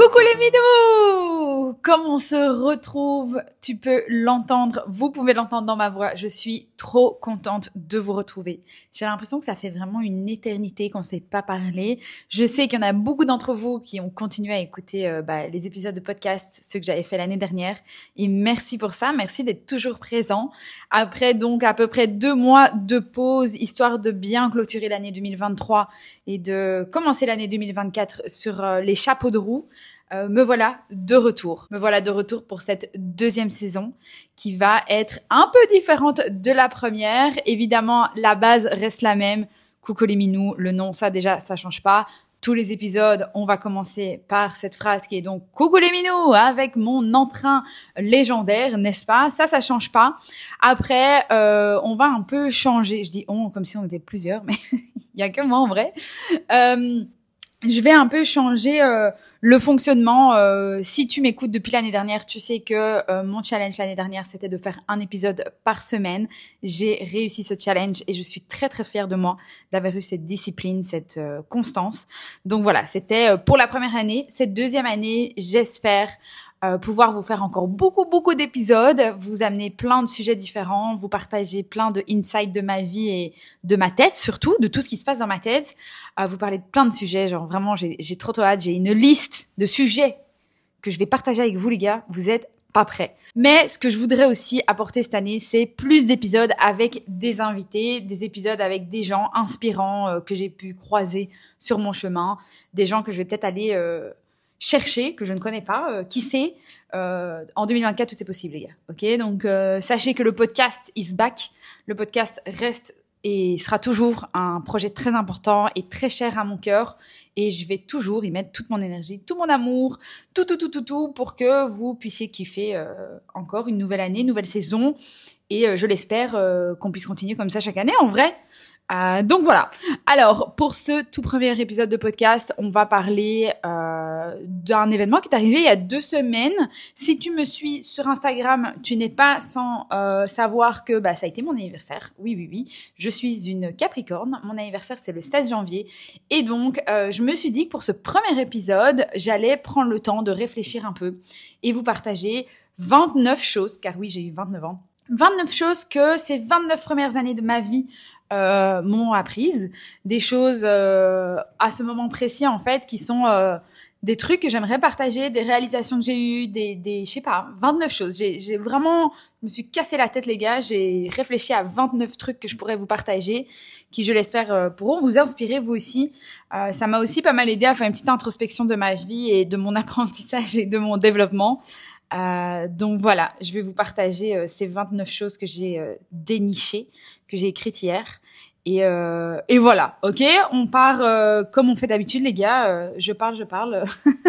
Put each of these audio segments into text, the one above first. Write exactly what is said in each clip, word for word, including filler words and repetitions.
Coucou les midous! Comme on se retrouve, tu peux l'entendre, vous pouvez l'entendre dans ma voix. Je suis trop contente de vous retrouver. J'ai l'impression que ça fait vraiment une éternité qu'on ne s'est pas parlé. Je sais qu'il y en a beaucoup d'entre vous qui ont continué à écouter euh, bah, les épisodes de podcast, ceux que j'avais fait l'année dernière. Et merci pour ça, merci d'être toujours présent. Après donc à peu près deux mois de pause, histoire de bien clôturer l'année deux mille vingt-trois et de commencer l'année deux mille vingt-quatre sur euh, les chapeaux de roue. Euh, me voilà de retour. Me voilà de retour pour cette deuxième saison qui va être un peu différente de la première. Évidemment, la base reste la même. Coucou les minous, le nom, ça déjà, ça change pas. Tous les épisodes, on va commencer par cette phrase qui est donc « Coucou les minous » avec mon entrain légendaire, n'est-ce pas? Ça, ça change pas. Après, euh, on va un peu changer. Je dis « on » comme si on était plusieurs, mais il y a que moi en vrai. Euh, Je vais un peu changer euh, le fonctionnement. Euh, si tu m'écoutes depuis l'année dernière, tu sais que euh, mon challenge l'année dernière, c'était de faire un épisode par semaine. J'ai réussi ce challenge et je suis très très fière de moi d'avoir eu cette discipline, cette euh, constance. Donc voilà, c'était euh, pour la première année. Cette deuxième année, j'espère Euh, pouvoir vous faire encore beaucoup, beaucoup d'épisodes, vous amener plein de sujets différents, vous partager plein de insights de ma vie et de ma tête, surtout, de tout ce qui se passe dans ma tête, euh, vous parler de plein de sujets, genre vraiment, j'ai, j'ai trop, trop hâte, j'ai une liste de sujets que je vais partager avec vous, les gars, vous êtes pas prêts. Mais ce que je voudrais aussi apporter cette année, c'est plus d'épisodes avec des invités, des épisodes avec des gens inspirants euh, que j'ai pu croiser sur mon chemin, des gens que je vais peut-être aller... Euh, chercher, que je ne connais pas, euh, qui sait, euh, en deux mille vingt-quatre, tout est possible, les gars. Ok, donc euh, sachez que le podcast is back. Le podcast reste et sera toujours un projet très important et très cher à mon cœur. Et je vais toujours y mettre toute mon énergie, tout mon amour, tout, tout, tout, tout, tout, pour que vous puissiez kiffer euh, encore une nouvelle année, une nouvelle saison. Et euh, je l'espère euh, qu'on puisse continuer comme ça chaque année, en vrai. Euh, donc voilà. Alors, pour ce tout premier épisode de podcast, on va parler euh, d'un événement qui est arrivé il y a deux semaines. Si tu me suis sur Instagram, tu n'es pas sans euh, savoir que bah ça a été mon anniversaire. Oui, oui, oui. Je suis une Capricorne. Mon anniversaire, c'est le seize janvier. Et donc, euh, je me suis dit que pour ce premier épisode, j'allais prendre le temps de réfléchir un peu et vous partager vingt-neuf choses, car oui, j'ai eu vingt-neuf ans. vingt-neuf choses que ces vingt-neuf premières années de ma vie Euh, m'ont apprises, des choses euh, à ce moment précis en fait qui sont euh, des trucs que j'aimerais partager, des réalisations que j'ai eues, des, des je sais pas, vingt-neuf choses. J'ai, j'ai vraiment, je me suis cassé la tête les gars, j'ai réfléchi à vingt-neuf trucs que je pourrais vous partager, qui je l'espère euh, pourront vous inspirer vous aussi. Euh, ça m'a aussi pas mal aidé à faire une petite introspection de ma vie et de mon apprentissage et de mon développement. Euh, donc voilà, je vais vous partager euh, ces vingt-neuf choses que j'ai euh, dénichées, que j'ai écrites hier. Et, euh, et voilà, ok. On part euh, comme on fait d'habitude, les gars. Euh, je parle, je parle,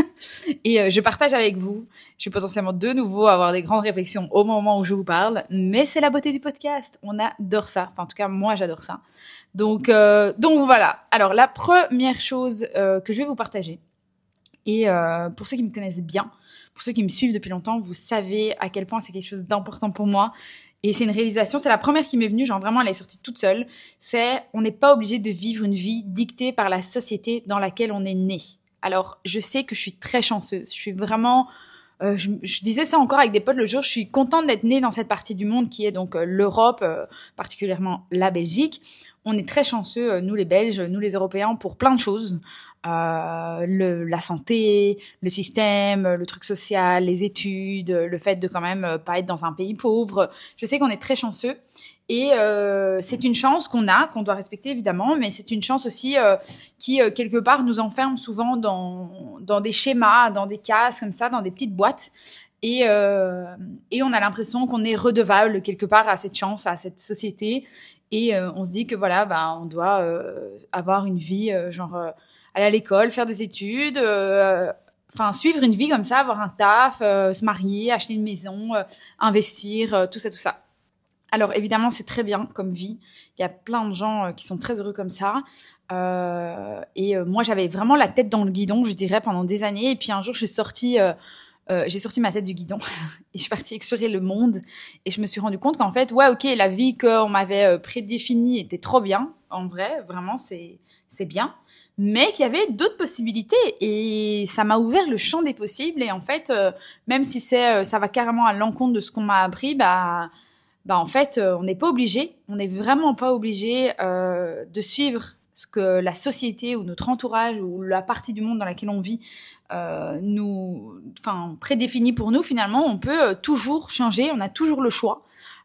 et euh, je partage avec vous. Je vais potentiellement de nouveau avoir des grandes réflexions au moment où je vous parle, mais c'est la beauté du podcast. On adore ça. Enfin, en tout cas, moi, j'adore ça. Donc, euh, donc voilà. Alors, la première chose euh, que je vais vous partager, et euh, pour ceux qui me connaissent bien, pour ceux qui me suivent depuis longtemps, vous savez à quel point c'est quelque chose d'important pour moi. Et c'est une réalisation, c'est la première qui m'est venue, genre vraiment elle est sortie toute seule. C'est, on n'est pas obligé de vivre une vie dictée par la société dans laquelle on est né. Alors, je sais que je suis très chanceuse. Je suis vraiment... Euh, je, je disais ça encore avec des potes le jour, je suis contente d'être née dans cette partie du monde qui est donc euh, l'Europe, euh, particulièrement la Belgique. On est très chanceux, euh, nous les Belges, nous les Européens, pour plein de choses. Euh, le, la santé, le système, le truc social, les études, le fait de quand même euh, pas être dans un pays pauvre. Je sais qu'on est très chanceux. Et euh, c'est une chance qu'on a, qu'on doit respecter évidemment, mais c'est une chance aussi euh, qui, euh, quelque part, nous enferme souvent dans, dans des schémas, dans des cases comme ça, dans des petites boîtes. Et, euh, et on a l'impression qu'on est redevable quelque part à cette chance, à cette société. Et euh, on se dit que voilà, bah, on doit euh, avoir une vie, euh, genre euh, aller à l'école, faire des études, euh, enfin suivre une vie comme ça, avoir un taf, euh, se marier, acheter une maison, euh, investir, euh, tout ça, tout ça. Alors évidemment, c'est très bien comme vie. Il y a plein de gens euh, qui sont très heureux comme ça. Euh, et euh, moi, j'avais vraiment la tête dans le guidon, je dirais, pendant des années. Et puis un jour, je suis sortie, euh, euh, j'ai sorti ma tête du guidon et je suis partie explorer le monde. Et je me suis rendu compte qu'en fait, ouais, ok, la vie qu'on m'avait euh, prédéfinie était trop bien. En vrai, vraiment, c'est c'est bien, mais qu'il y avait d'autres possibilités et ça m'a ouvert le champ des possibles. Et en fait, euh, même si c'est, euh, ça va carrément à l'encontre de ce qu'on m'a appris, bah, bah en fait, euh, on n'est pas obligé, on n'est vraiment pas obligé euh, de suivre ce que la société ou notre entourage ou la partie du monde dans laquelle on vit euh, nous, enfin, prédéfinit pour nous. Finalement, on peut euh, toujours changer, on a toujours le choix.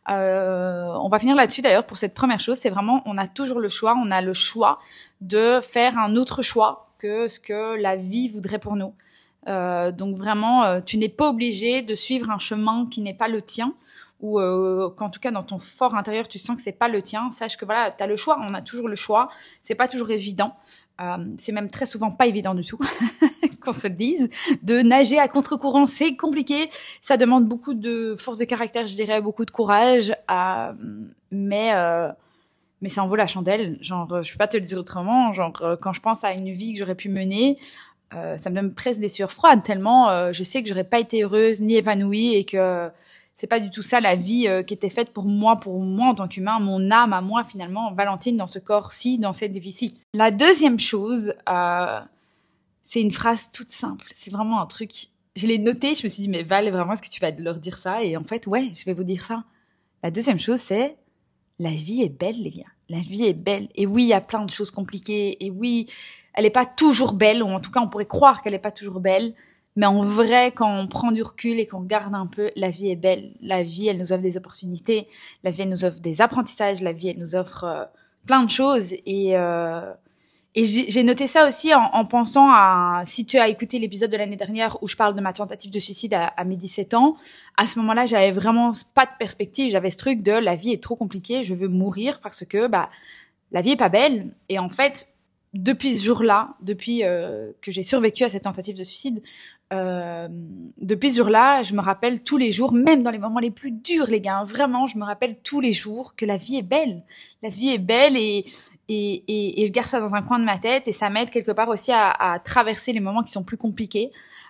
Euh, on va finir là-dessus d'ailleurs pour cette première chose, c'est vraiment on a toujours le choix, on a le choix de faire un autre choix que ce que la vie voudrait pour nous. Euh, donc vraiment, euh, tu n'es pas obligé de suivre un chemin qui n'est pas le tien ou euh, qu'en tout cas dans ton fort intérieur tu sens que c'est pas le tien. Sache que voilà, t'as le choix, on a toujours le choix. C'est pas toujours évident. Euh, c'est même très souvent pas évident du tout qu'on se le dise. De nager à contre-courant, c'est compliqué. Ça demande beaucoup de force de caractère, je dirais, beaucoup de courage. Euh, mais euh, mais ça en vaut la chandelle. Genre, je peux pas te le dire autrement. Genre, quand je pense à une vie que j'aurais pu mener, euh, ça me donne presque des sueurs froides tellement euh, je sais que j'aurais pas été heureuse ni épanouie et que c'est pas du tout ça la vie euh, qui était faite pour moi, pour moi en tant qu'humain, mon âme à moi finalement, Valentine dans ce corps-ci, dans cette vie-ci. La deuxième chose, euh, c'est une phrase toute simple. C'est vraiment un truc. Je l'ai noté, je me suis dit mais Val, vraiment est-ce que tu vas leur dire ça? Et en fait ouais, je vais vous dire ça. La deuxième chose c'est la vie est belle les gars. La vie est belle. Et oui, il y a plein de choses compliquées. Et oui, elle est pas toujours belle, ou en tout cas on pourrait croire qu'elle est pas toujours belle. Mais en vrai, quand on prend du recul et qu'on regarde un peu, la vie est belle. La vie, elle nous offre des opportunités. La vie, elle nous offre des apprentissages. La vie, elle nous offre euh, plein de choses. Et, euh, et j'ai, j'ai noté ça aussi en, en pensant à, si tu as écouté l'épisode de l'année dernière où je parle de ma tentative de suicide à, à mes dix-sept ans, à ce moment-là, j'avais vraiment pas de perspective. J'avais ce truc de la vie est trop compliquée, je veux mourir parce que bah la vie est pas belle. Et en fait, depuis ce jour-là, depuis euh, que j'ai survécu à cette tentative de suicide, euh, depuis ce jour-là, je me rappelle tous les jours, même dans les moments les plus durs, les gars, vraiment, je me rappelle tous les jours que la vie est belle. La vie est belle et, et, et, et je garde ça dans un coin de ma tête et ça m'aide quelque part aussi à, à traverser les moments qui sont plus compliqués.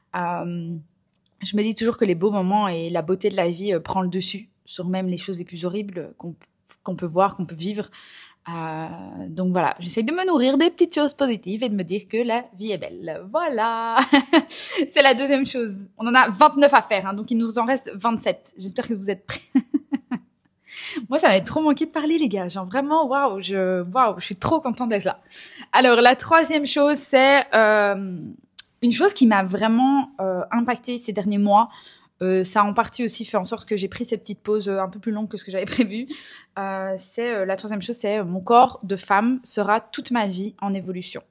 Euh, je me dis toujours que les beaux moments et la beauté de la vie euh, prend le dessus sur même les choses les plus horribles qu'on, qu'on peut voir, qu'on peut vivre. Euh, donc voilà, j'essaie de me nourrir des petites choses positives et de me dire que la vie est belle. Voilà. C'est la deuxième chose. On en a vingt-neuf à faire, hein, donc il nous en reste vingt-sept. J'espère que vous êtes prêts. Moi, ça m'avait trop manqué de parler, les gars. Genre vraiment, waouh, je, waouh, je suis trop contente d'être là. Alors, la troisième chose, c'est euh, une chose qui m'a vraiment euh, impactée ces derniers mois. Euh, ça a en partie aussi fait en sorte que j'ai pris cette petite pause euh, un peu plus longue que ce que j'avais prévu. Euh, c'est euh, la troisième chose, c'est euh, mon corps de femme sera toute ma vie en évolution.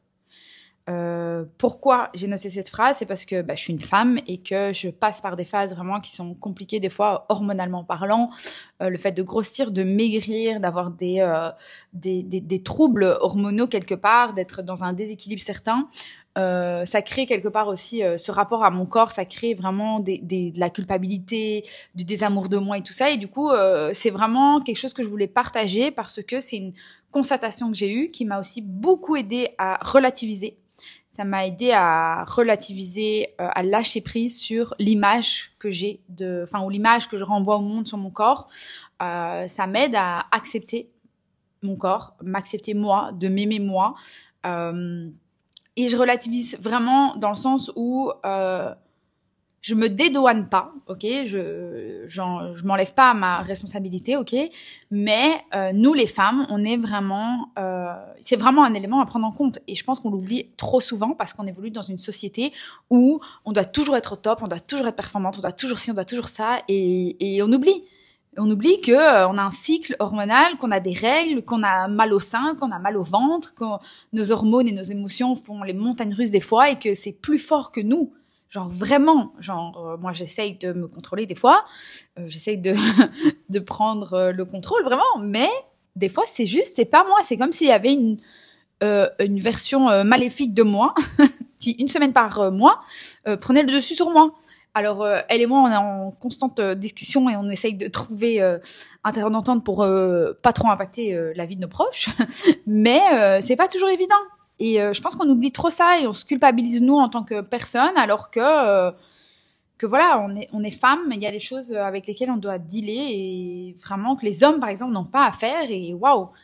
Euh, pourquoi j'ai noté cette phrase? C'est parce que bah, je suis une femme et que je passe par des phases vraiment qui sont compliquées des fois hormonalement parlant. Euh, le fait de grossir, de maigrir, d'avoir des, euh, des, des, des troubles hormonaux quelque part, d'être dans un déséquilibre certain. Euh, ça crée quelque part aussi euh, ce rapport à mon corps, ça crée vraiment des, des, de la culpabilité, du désamour de moi et tout ça. Et du coup, euh, c'est vraiment quelque chose que je voulais partager parce que c'est une constatation que j'ai eue qui m'a aussi beaucoup aidé à relativiser. Ça m'a aidé à relativiser, euh, à lâcher prise sur l'image que j'ai de, enfin, ou l'image que je renvoie au monde sur mon corps. Euh, ça m'aide à accepter mon corps, m'accepter moi, de m'aimer moi. Euh, et je relativise vraiment dans le sens où euh, je me dédouane pas, ok, je j'en, je m'enlève pas à ma responsabilité, ok, mais euh, nous les femmes, on est vraiment, euh, c'est vraiment un élément à prendre en compte et je pense qu'on l'oublie trop souvent parce qu'on évolue dans une société où on doit toujours être au top, on doit toujours être performante, on doit toujours ci, on doit toujours ça et, et on oublie. On oublie que euh, on a un cycle hormonal, qu'on a des règles, qu'on a mal au sein, qu'on a mal au ventre, que nos hormones et nos émotions font les montagnes russes des fois et que c'est plus fort que nous. Genre vraiment, genre euh, moi j'essaye de me contrôler des fois, euh, j'essaye de de prendre euh, le contrôle vraiment, mais des fois c'est juste, c'est pas moi, c'est comme s'il y avait une euh, une version euh, maléfique de moi qui une semaine par euh, mois euh, prenait le dessus sur moi. Alors euh, elle et moi on est en constante euh, discussion et on essaye de trouver euh, un terrain d'entente pour euh, pas trop impacter euh, la vie de nos proches, mais euh, c'est pas toujours évident. Et euh, je pense qu'on oublie trop ça et on se culpabilise nous en tant que personne, alors que euh, que voilà, on est on est femme, il y a des choses avec lesquelles on doit dealer et vraiment que les hommes par exemple n'ont pas à faire. Et waouh,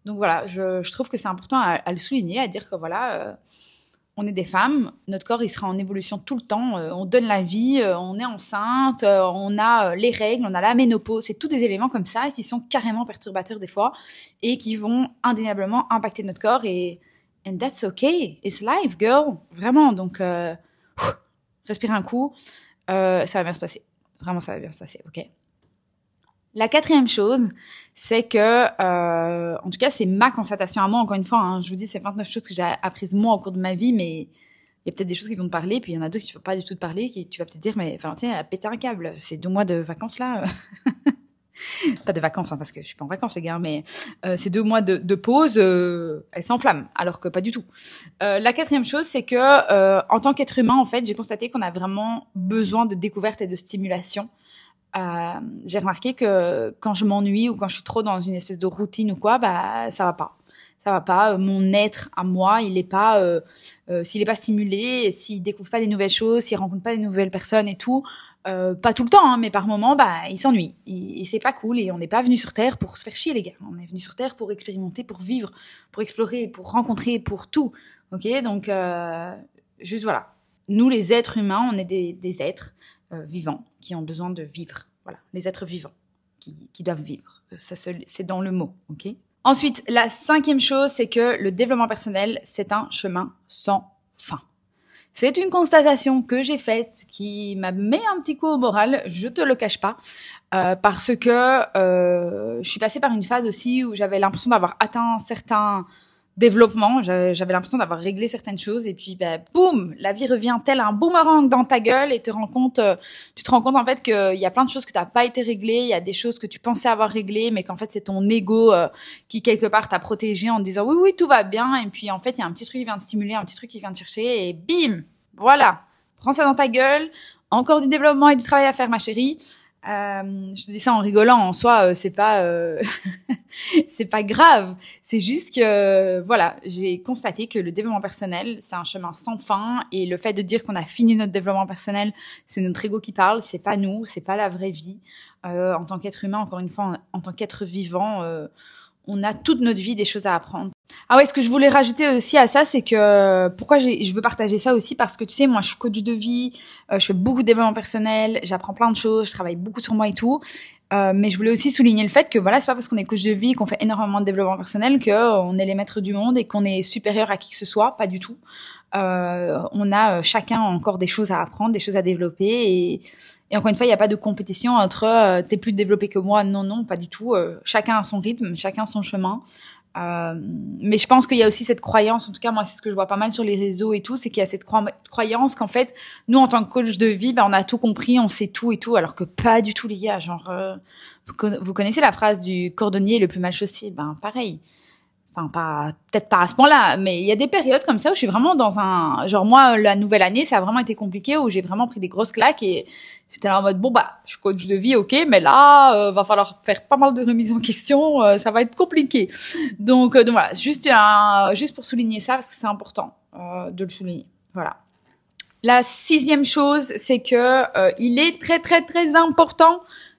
Donc voilà, je, je trouve que c'est important à, à le souligner, à dire que voilà, euh, on est des femmes, notre corps il sera en évolution tout le temps, euh, on donne la vie, euh, on est enceinte, euh, on a euh, les règles, on a la ménopause, c'est tous des éléments comme ça qui sont carrément perturbateurs des fois et qui vont indéniablement impacter notre corps et and that's okay, it's life girl, vraiment. Donc euh, pff, respire un coup, euh, ça va bien se passer, vraiment ça va bien se passer, ok. La quatrième chose, c'est que, euh, en tout cas, c'est ma constatation à moi, encore une fois, hein, je vous dis, c'est vingt-neuf choses que j'ai apprises moi au cours de ma vie, mais il y a peut-être des choses qui vont te parler, puis il y en a d'autres qui ne vont pas du tout te parler, qui tu vas peut-être dire, mais Valentine, elle a pété un câble, c'est deux mois de vacances là. Pas de vacances, hein, parce que je suis pas en vacances, les gars, mais euh, ces deux mois de, de pause, euh, elle s'enflamme, alors que pas du tout. Euh, la quatrième chose, c'est que, euh, en tant qu'être humain, en fait, j'ai constaté qu'on a vraiment besoin de découverte et de stimulation. Euh, j'ai remarqué que quand je m'ennuie ou quand je suis trop dans une espèce de routine ou quoi, bah ça va pas, ça va pas. Mon être à moi, il est pas, euh, euh, s'il est pas stimulé, s'il découvre pas des nouvelles choses, s'il rencontre pas des nouvelles personnes et tout, euh, pas tout le temps, hein, mais par moments, bah il s'ennuie. Et, et c'est pas cool. Et on n'est pas venu sur Terre pour se faire chier, les gars. On est venu sur Terre pour expérimenter, pour vivre, pour explorer, pour rencontrer, pour tout. Ok, donc euh, juste voilà. Nous, les êtres humains, on est des, des êtres. Euh, vivants, qui ont besoin de vivre. Voilà, les êtres vivants qui, qui doivent vivre. Ça, c'est dans le mot, ok? Ensuite, la cinquième chose, c'est que le développement personnel, c'est un chemin sans fin. C'est une constatation que j'ai faite qui m'a mis un petit coup au moral, je te le cache pas, euh, parce que euh, je suis passée par une phase aussi où j'avais l'impression d'avoir atteint certains développement, j'avais l'impression d'avoir réglé certaines choses et puis ben boum, la vie revient tel un boomerang dans ta gueule et te rends compte, euh, tu te rends compte en fait qu'il y a plein de choses que t'as pas été réglées, il y a des choses que tu pensais avoir réglées mais qu'en fait c'est ton ego euh, qui quelque part t'a protégé en te disant oui oui tout va bien et puis en fait il y a un petit truc qui vient te stimuler, un petit truc qui vient te chercher et bim, voilà, prends ça dans ta gueule, encore du développement et du travail à faire ma chérie. Euh, je dis ça en rigolant, en soi, euh, c'est pas, euh, c'est pas grave. C'est juste que, euh, voilà, j'ai constaté que le développement personnel, c'est un chemin sans fin, et le fait de dire qu'on a fini notre développement personnel, c'est notre ego qui parle, c'est pas nous, c'est pas la vraie vie. Euh, en tant qu'être humain, encore une fois, en, en tant qu'être vivant, euh, on a toute notre vie des choses à apprendre. Ah ouais, ce que je voulais rajouter aussi à ça, c'est que pourquoi je veux partager ça aussi, parce que tu sais, moi, je suis coach de vie, euh, je fais beaucoup de développement personnel, j'apprends plein de choses, je travaille beaucoup sur moi et tout. Euh, mais je voulais aussi souligner le fait que voilà, c'est pas parce qu'on est coach de vie, qu'on fait énormément de développement personnel, que euh, on est les maîtres du monde et qu'on est supérieur à qui que ce soit, pas du tout. Euh, on a euh, chacun encore des choses à apprendre, des choses à développer et, et encore une fois, il n'y a pas de compétition entre euh, t'es plus développé que moi, non, non, pas du tout. Euh, chacun a son rythme, chacun son chemin. Euh, mais je pense qu'il y a aussi cette croyance, en tout cas moi c'est ce que je vois pas mal sur les réseaux et tout, c'est qu'il y a cette cro- croyance qu'en fait nous en tant que coach de vie, ben on a tout compris, on sait tout et tout, alors que pas du tout les gars. Genre euh, vous, vous connaissez la phrase du cordonnier le plus mal chaussé, ben pareil. Enfin, pas, peut-être pas à ce point-là, mais il y a des périodes comme ça où je suis vraiment dans un, genre moi, la nouvelle année, ça a vraiment été compliqué, où j'ai vraiment pris des grosses claques et j'étais là en mode, bon, bah, je suis coach de vie, ok, mais là, euh, va falloir faire pas mal de remises en question, euh, ça va être compliqué. Donc, euh, donc voilà, juste un, juste pour souligner ça, parce que c'est important, euh, de le souligner. Voilà. La sixième chose, c'est que, euh, il est très, très, très important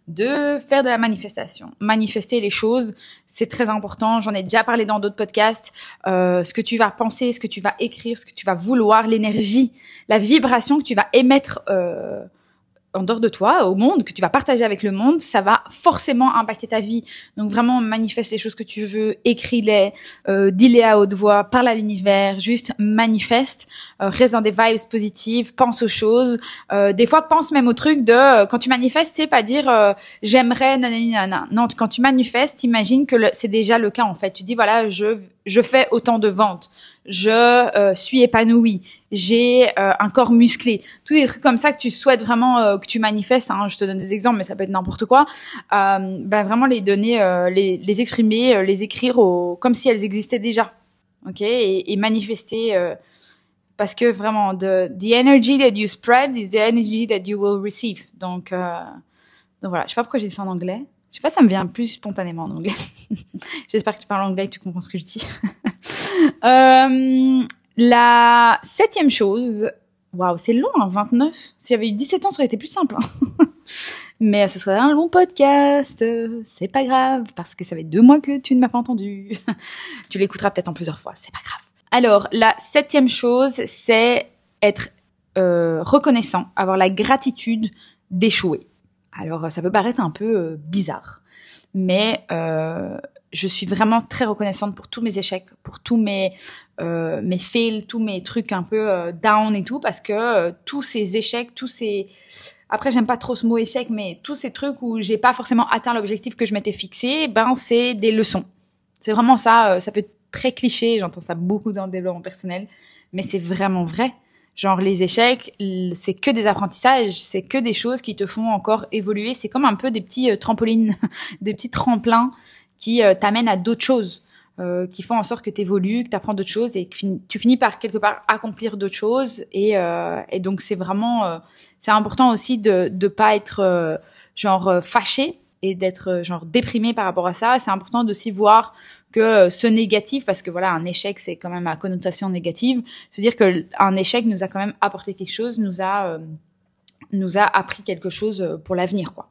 de faire de la manifestation. Manifester les choses, c'est très important. J'en ai déjà parlé dans d'autres podcasts. Euh, ce que tu vas penser, ce que tu vas écrire, ce que tu vas vouloir, l'énergie, la vibration que tu vas émettre euh, en dehors de toi, au monde, que tu vas partager avec le monde, ça va forcément impacter ta vie. Donc vraiment, manifeste les choses que tu veux, écris-les, euh, dis-les à haute voix, parle à l'univers, juste manifeste, euh, reste dans des vibes positives, pense aux choses. Euh, des fois, pense même au truc de, euh, quand tu manifestes, c'est pas dire euh, j'aimerais, nanani, nanana. Non, quand tu manifestes, imagine que le, c'est déjà le cas en fait. Tu dis voilà, je je fais autant de ventes, je euh, suis épanouie, j'ai euh, un corps musclé, tous des trucs comme ça que tu souhaites vraiment euh, que tu manifestes, hein, je te donne des exemples mais ça peut être n'importe quoi, euh, ben vraiment les donner, euh, les, les exprimer, euh, les écrire au, comme si elles existaient déjà, ok, et, et manifester, euh, parce que vraiment the, the energy that you spread is the energy that you will receive, donc, euh, donc voilà, je sais pas pourquoi j'ai dit ça en anglais. Je sais pas, ça me vient plus spontanément en anglais. J'espère que tu parles anglais et que tu comprends ce que je dis. euh, la septième chose, waouh, c'est long, hein, vingt-neuf. Si j'avais eu dix-sept ans, ça aurait été plus simple. Hein. Mais ce serait un long podcast, euh, c'est pas grave, parce que ça fait deux mois que tu ne m'as pas entendu. Tu l'écouteras peut-être en plusieurs fois, c'est pas grave. Alors, la septième chose, c'est être euh, reconnaissant, avoir la gratitude d'échouer. Alors, ça peut paraître un peu euh, bizarre, mais euh, je suis vraiment très reconnaissante pour tous mes échecs, pour tous mes euh, mes fails, tous mes trucs un peu euh, down et tout, parce que euh, tous ces échecs, tous ces... Après, j'aime pas trop ce mot échec, mais tous ces trucs où j'ai pas forcément atteint l'objectif que je m'étais fixé, ben c'est des leçons. C'est vraiment ça, euh, ça peut être très cliché, j'entends ça beaucoup dans le développement personnel, mais c'est vraiment vrai. Genre, les échecs, c'est que des apprentissages, c'est que des choses qui te font encore évoluer. C'est comme un peu des petits euh, trampolines, des petits tremplins qui euh, t'amènent à d'autres choses, euh, qui font en sorte que tu évolues, que tu apprends d'autres choses et que tu finis par quelque part accomplir d'autres choses. Et, euh, et donc, c'est vraiment... Euh, c'est important aussi de de pas être euh, genre euh, fâché et d'être euh, genre déprimé par rapport à ça. C'est important d'aussi voir que euh, ce négatif, parce que voilà, un échec, c'est quand même à connotation négative, se dire que un échec nous a quand même apporté quelque chose, nous a euh, nous a appris quelque chose pour l'avenir, quoi.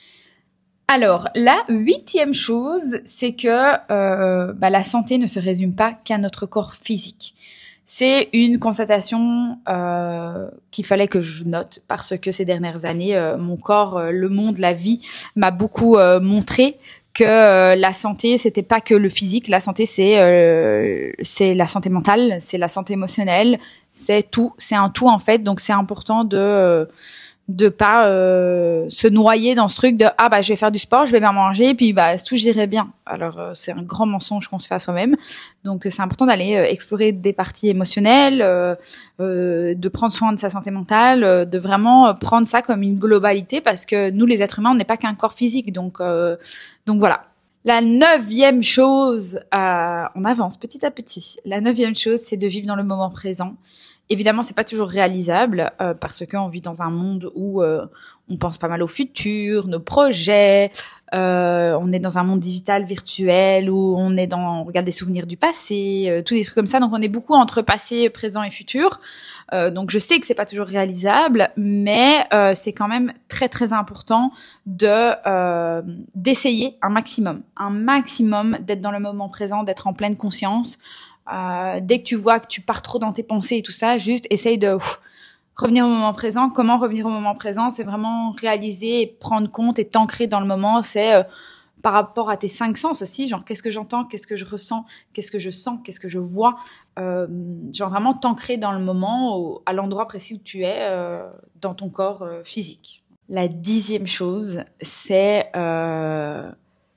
Alors, la huitième chose, c'est que euh, bah, la santé ne se résume pas qu'à notre corps physique. C'est une constatation euh, qu'il fallait que je note parce que ces dernières années, euh, mon corps, euh, le monde, la vie m'a beaucoup euh, montré que euh, la santé, c'était pas que le physique. La santé, c'est euh, c'est la santé mentale, c'est la santé émotionnelle, c'est tout, c'est un tout en fait. Donc c'est important de euh, de pas euh, se noyer dans ce truc de ah bah je vais faire du sport, je vais bien manger, puis bah tout j'irai bien. Alors euh, c'est un grand mensonge qu'on se fait à soi-même. Donc c'est important d'aller euh, explorer des parties émotionnelles, euh, euh, de prendre soin de sa santé mentale, euh, de vraiment prendre ça comme une globalité parce que nous les êtres humains on n'est pas qu'un corps physique. Donc euh, donc voilà. La neuvième chose, euh, on avance petit à petit. La neuvième chose, c'est de vivre dans le moment présent. Évidemment, c'est pas toujours réalisable euh, parce qu'on vit dans un monde où euh, on pense pas mal au futur, nos projets. Euh, on est dans un monde digital, virtuel, où on est dans, on regarde des souvenirs du passé, euh, tous des trucs comme ça. Donc, on est beaucoup entre passé, présent et futur. Euh, donc, je sais que c'est pas toujours réalisable, mais euh, c'est quand même très très important de euh, d'essayer un maximum, un maximum d'être dans le moment présent, d'être en pleine conscience. Euh, dès que tu vois que tu pars trop dans tes pensées et tout ça, juste essaye de ouf, revenir au moment présent. Comment revenir au moment présent? C'est vraiment réaliser et prendre compte et t'ancrer dans le moment. C'est euh, par rapport à tes cinq sens aussi, genre qu'est-ce que j'entends, qu'est-ce que je ressens, qu'est-ce que je sens, qu'est-ce que je vois. Euh, genre vraiment t'ancrer dans le moment, au, à l'endroit précis où tu es, euh, dans ton corps euh, physique. La dixième chose, c'est euh,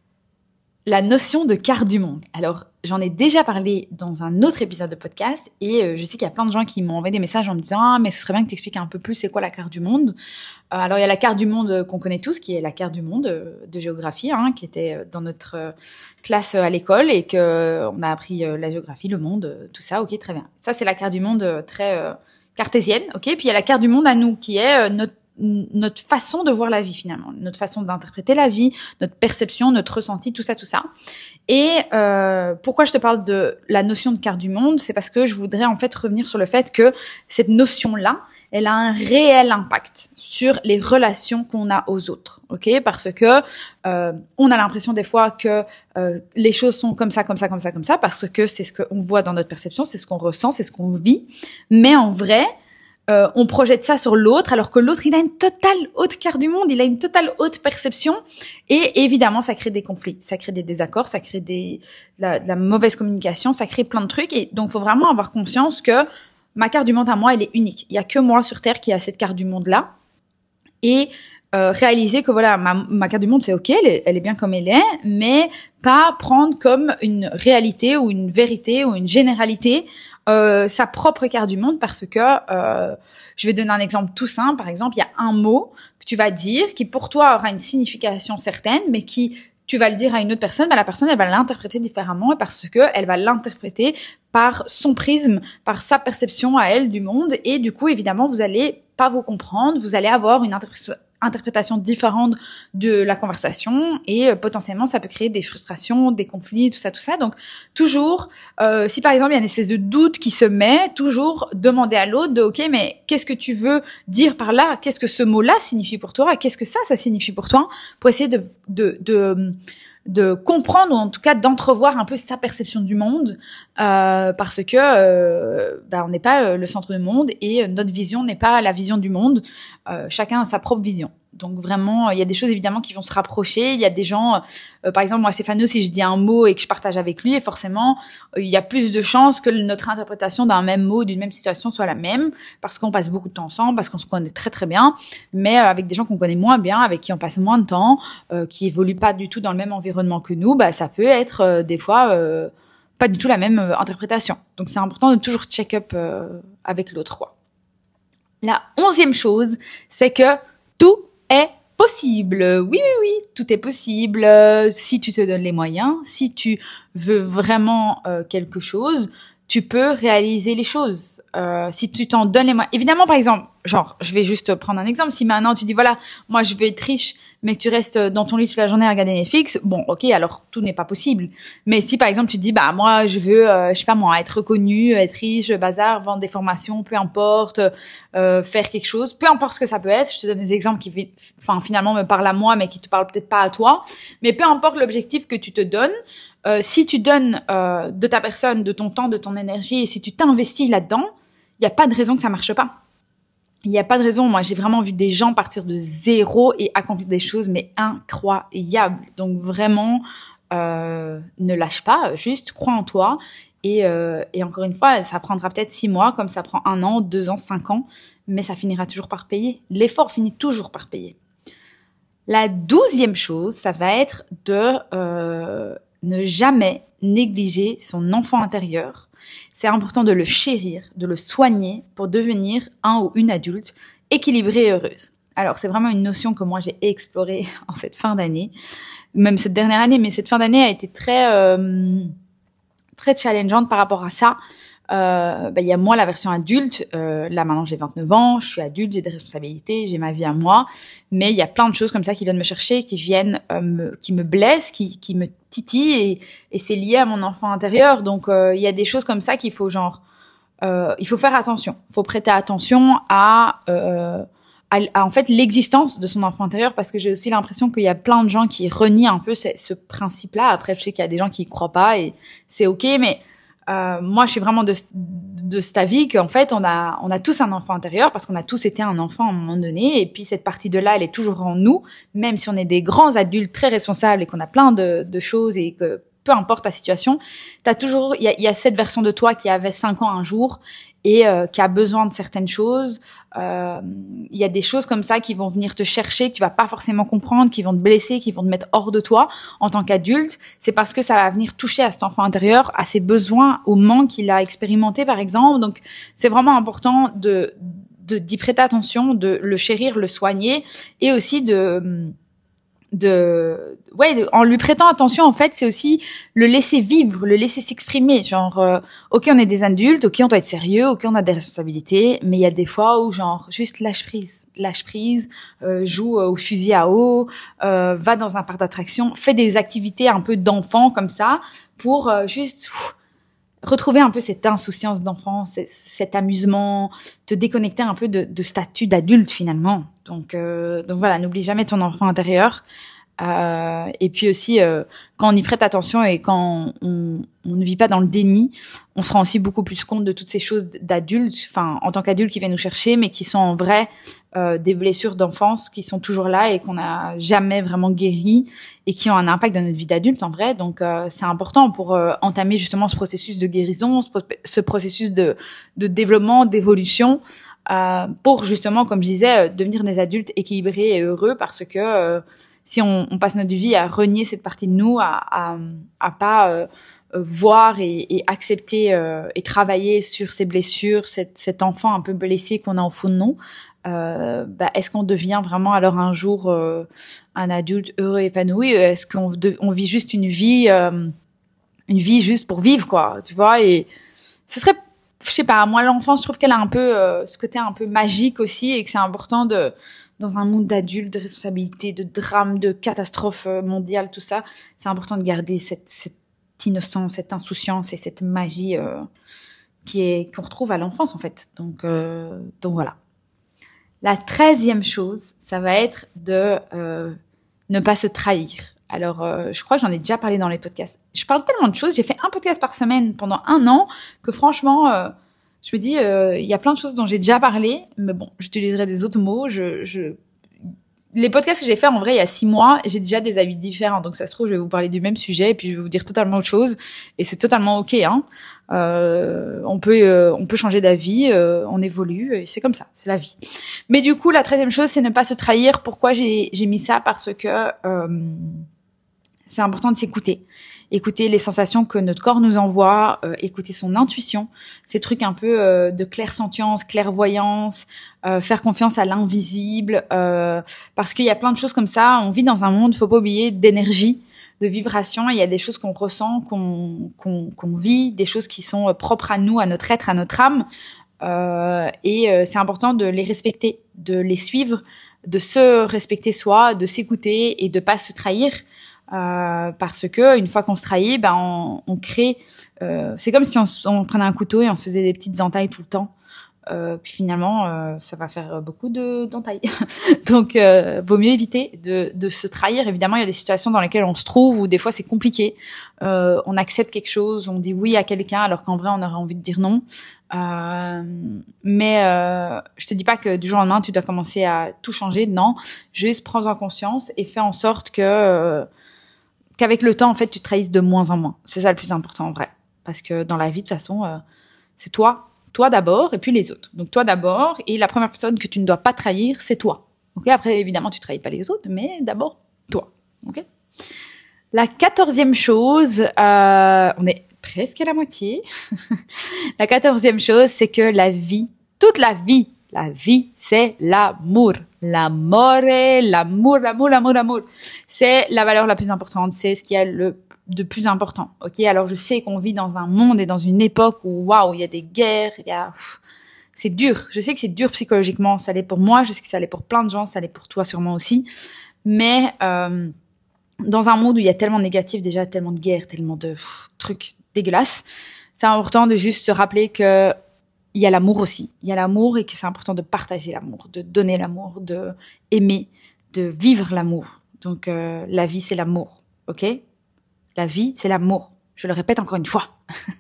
la notion de quart du monde. Alors, j'en ai déjà parlé dans un autre épisode de podcast et euh, je sais qu'il y a plein de gens qui m'ont envoyé des messages en me disant « Ah, mais ce serait bien que tu expliques un peu plus c'est quoi la carte du monde. Euh, » Alors, il y a la carte du monde qu'on connaît tous, qui est la carte du monde euh, de géographie, hein, qui était dans notre euh, classe à l'école et que euh, on a appris euh, la géographie, le monde, euh, tout ça. Ok, très bien. Ça, c'est la carte du monde euh, très euh, cartésienne. Ok, puis il y a la carte du monde à nous, qui est euh, notre notre façon de voir la vie finalement, notre façon d'interpréter la vie, notre perception, notre ressenti, tout ça, tout ça. Et euh, pourquoi je te parle de la notion de carte du monde, c'est parce que je voudrais en fait revenir sur le fait que cette notion-là, elle a un réel impact sur les relations qu'on a aux autres, ok? Parce que euh, on a l'impression des fois que euh, les choses sont comme ça, comme ça, comme ça, comme ça, parce que c'est ce qu'on voit dans notre perception, c'est ce qu'on ressent, c'est ce qu'on vit. Mais en vrai, Euh, on projette ça sur l'autre, alors que l'autre, il a une totale haute carte du monde, il a une totale haute perception, et évidemment, ça crée des conflits, ça crée des désaccords, ça crée des, la, de la mauvaise communication, ça crée plein de trucs, et donc, il faut vraiment avoir conscience que ma carte du monde à moi, elle est unique. Il y a que moi sur Terre qui a cette carte du monde-là, et euh, réaliser que voilà, ma, ma carte du monde, c'est ok, elle est, elle est bien comme elle est, mais pas prendre comme une réalité ou une vérité ou une généralité Euh, sa propre carte du monde, parce que euh, je vais donner un exemple tout simple. Par exemple, il y a un mot que tu vas dire qui pour toi aura une signification certaine, mais qui tu vas le dire à une autre personne, bah, la personne elle va l'interpréter différemment, parce que elle va l'interpréter par son prisme, par sa perception à elle du monde, et du coup évidemment vous allez pas vous comprendre, vous allez avoir une interprétation interprétation différente de la conversation et euh, potentiellement ça peut créer des frustrations, des conflits, tout ça, tout ça. Donc toujours, euh, si par exemple il y a une espèce de doute qui se met, toujours demander à l'autre de ok, mais qu'est-ce que tu veux dire par là? Qu'est-ce que ce mot-là signifie pour toi? Qu'est-ce que ça, ça signifie pour toi? Pour essayer de de de de comprendre ou en tout cas d'entrevoir un peu sa perception du monde euh, parce que euh, bah, on n'est pas le centre du monde et notre vision n'est pas la vision du monde. Euh, chacun a sa propre vision. Donc vraiment, il y a des choses évidemment qui vont se rapprocher. Il y a des gens, euh, par exemple moi Stéphano, si je dis un mot et que je partage avec lui, et forcément euh, il y a plus de chances que notre interprétation d'un même mot, d'une même situation soit la même, parce qu'on passe beaucoup de temps ensemble, parce qu'on se connaît très très bien. Mais euh, avec des gens qu'on connaît moins bien, avec qui on passe moins de temps, euh, qui évoluent pas du tout dans le même environnement que nous, bah ça peut être euh, des fois euh, pas du tout la même euh, interprétation. Donc c'est important de toujours check-up euh, avec l'autre, quoi. La onzième chose, c'est que tout est possible. Oui, oui, oui, tout est possible. Euh, si tu te donnes les moyens, si tu veux vraiment euh, quelque chose, tu peux réaliser les choses. Euh, si tu t'en donnes les moyens. Évidemment, par exemple, genre, je vais juste prendre un exemple. Si maintenant tu dis, voilà, moi je veux être riche, mais que tu restes dans ton lit toute la journée à regarder Netflix, bon, ok, alors tout n'est pas possible. Mais si par exemple tu te dis, bah moi je veux, euh, je sais pas moi, être reconnu, être riche, bazar, vendre des formations, peu importe, euh, faire quelque chose, peu importe ce que ça peut être. Je te donne des exemples qui, enfin finalement me parlent à moi, mais qui te parlent peut-être pas à toi. Mais peu importe l'objectif que tu te donnes, euh, si tu donnes euh, de ta personne, de ton temps, de ton énergie, et si tu t'investis là-dedans, il y a pas de raison que ça marche pas. Il n'y a pas de raison. Moi, j'ai vraiment vu des gens partir de zéro et accomplir des choses, mais incroyables. Donc vraiment, euh, ne lâche pas, juste crois en toi. Et, euh, et encore une fois, ça prendra peut-être six mois, comme ça prend un an, deux ans, cinq ans, mais ça finira toujours par payer. L'effort finit toujours par payer. La douzième chose, ça va être de euh, ne jamais négliger son enfant intérieur. C'est important de le chérir, de le soigner pour devenir un ou une adulte équilibrée et heureuse. Alors, c'est vraiment une notion que moi, j'ai explorée en cette fin d'année, même cette dernière année, mais cette fin d'année a été très, euh, très challengeante par rapport à ça. Euh, bah, il y a moi, la version adulte. Euh, là, maintenant, j'ai vingt-neuf ans, je suis adulte, j'ai des responsabilités, j'ai ma vie à moi. Mais il y a plein de choses comme ça qui viennent me chercher, qui viennent, euh, me, qui me blessent, qui, qui me titillent, et, et c'est lié à mon enfant intérieur. Donc, euh, il y a des choses comme ça qu'il faut genre, euh, il faut faire attention. Il faut prêter attention à, euh, à, à en fait l'existence de son enfant intérieur, parce que j'ai aussi l'impression qu'il y a plein de gens qui renient un peu ce, ce principe-là. Après, je sais qu'il y a des gens qui y croient pas et c'est ok, mais Euh, moi, je suis vraiment de, de cet avis qu'en fait, on a, on a tous un enfant intérieur parce qu'on a tous été un enfant à un moment donné. Et puis, cette partie de là, elle est toujours en nous, même si on est des grands adultes très responsables et qu'on a plein de, de choses et que peu importe ta situation, t'as toujours, il y a, y a cette version de toi qui avait cinq ans un jour et euh, qui a besoin de certaines choses. Il euh, y a des choses comme ça qui vont venir te chercher, que tu vas pas forcément comprendre, qui vont te blesser, qui vont te mettre hors de toi en tant qu'adulte. C'est parce que ça va venir toucher à cet enfant intérieur, à ses besoins, au manque qu'il a expérimenté, par exemple. Donc, c'est vraiment important de, de d'y prêter attention, de le chérir, le soigner, et aussi de de ouais de, en lui prêtant attention, en fait, c'est aussi le laisser vivre, le laisser s'exprimer, genre euh, ok, on est des adultes, ok, on doit être sérieux, ok, on a des responsabilités, mais il y a des fois où genre juste lâche prise lâche prise euh, joue au fusil à eau, euh, va dans un parc d'attractions, fais des activités un peu d'enfant comme ça pour euh, juste ouf, retrouver un peu cette insouciance d'enfant, cet amusement, te déconnecter un peu de, de statut d'adulte finalement. Donc, euh, donc voilà, n'oublie jamais ton enfant intérieur. Euh, et puis aussi, euh, quand on y prête attention et quand on, on ne vit pas dans le déni, on se rend aussi beaucoup plus compte de toutes ces choses d'adultes, enfin en tant qu'adultes qui viennent nous chercher, mais qui sont en vrai euh, des blessures d'enfance qui sont toujours là et qu'on n'a jamais vraiment guéri et qui ont un impact dans notre vie d'adulte en vrai. Donc euh, c'est important pour euh, entamer justement ce processus de guérison, ce, ce processus de, de développement, d'évolution, euh, pour justement, comme je disais, devenir des adultes équilibrés et heureux, parce que euh, si on, on passe notre vie à renier cette partie de nous, à, à, à pas euh, voir et, et accepter euh, et travailler sur ces blessures, cette, cet enfant un peu blessé qu'on a au fond de nous, euh, bah, est-ce qu'on devient vraiment alors un jour euh, un adulte heureux, épanoui? Est-ce qu'on de, on vit juste une vie, euh, une vie juste pour vivre, quoi, tu vois? Et ce serait, je sais pas, moi l'enfance, je trouve qu'elle a un peu euh, ce côté un peu magique aussi, et que c'est important de dans un monde d'adultes, de responsabilité, de drame, de catastrophe mondiale, tout ça, c'est important de garder cette, cette innocence, cette insouciance et cette magie euh, qui est qu'on retrouve à l'enfance en fait. Donc, euh, donc voilà. La treizième chose, ça va être de euh, ne pas se trahir. Alors, euh, je crois que j'en ai déjà parlé dans les podcasts. Je parle tellement de choses. J'ai fait un podcast par semaine pendant un an que franchement, euh, je me dis, euh, il y a plein de choses dont j'ai déjà parlé. Mais bon, j'utiliserai des autres mots. Je, je... Les podcasts que j'ai fait en vrai il y a six mois, j'ai déjà des avis différents. Donc ça se trouve, je vais vous parler du même sujet et puis je vais vous dire totalement autre chose. Et c'est totalement ok. Hein. Euh, on peut, euh, on peut changer d'avis. Euh, on évolue. Et c'est comme ça. C'est la vie. Mais du coup, la treizième chose, c'est ne pas se trahir. Pourquoi j'ai, j'ai mis ça? Parce que euh, c'est important de s'écouter. Écouter les sensations que notre corps nous envoie, euh, écouter son intuition, ces trucs un peu euh, de clairsentience, clairvoyance, euh, faire confiance à l'invisible, euh, parce qu'il y a plein de choses comme ça. On vit dans un monde, faut pas oublier, d'énergie, de vibration. Il y a des choses qu'on ressent, qu'on, qu'on, qu'on vit, des choses qui sont propres à nous, à notre être, à notre âme, euh, et euh, c'est important de les respecter, de les suivre, de se respecter soi, de s'écouter et de pas se trahir. Euh, parce que une fois qu'on se trahit, ben on, on crée. Euh, c'est comme si on, on prenait un couteau et on se faisait des petites entailles tout le temps. Euh, puis finalement, euh, ça va faire beaucoup de d'entailles. Donc, euh, vaut mieux éviter de, de se trahir. Évidemment, il y a des situations dans lesquelles on se trouve où des fois c'est compliqué. Euh, on accepte quelque chose, on dit oui à quelqu'un alors qu'en vrai on aurait envie de dire non. Euh, mais euh, je te dis pas que du jour au lendemain tu dois commencer à tout changer. Non, juste prends en conscience et fais en sorte que euh, qu'avec le temps, en fait, tu te trahisses de moins en moins. C'est ça le plus important, en vrai. Parce que dans la vie, de toute façon, euh, c'est toi. Toi d'abord, et puis les autres. Donc, toi d'abord, et la première personne que tu ne dois pas trahir, c'est toi. Ok. Après, évidemment, tu trahis pas les autres, mais d'abord, toi. Ok. La quatorzième chose, euh, on est presque à la moitié. La quatorzième chose, c'est que la vie, toute la vie, la vie, c'est l'amour. L'amore, l'amour, l'amour, l'amour, l'amour. C'est la valeur la plus importante. C'est ce qui est le de plus important. Ok. Alors, je sais qu'on vit dans un monde et dans une époque où, waouh, il y a des guerres, il y a, pff, c'est dur. Je sais que c'est dur psychologiquement. Ça l'est pour moi. Je sais que ça l'est pour plein de gens. Ça l'est pour toi sûrement aussi. Mais, euh, dans un monde où il y a tellement de négatifs, déjà, tellement de guerres, tellement de pff, trucs dégueulasses, c'est important de juste se rappeler que il y a l'amour aussi. Il y a l'amour et que c'est important de partager l'amour, de donner l'amour, de aimer, de vivre l'amour. Donc, euh, la vie, c'est l'amour. OK? La vie, c'est l'amour. Je le répète encore une fois.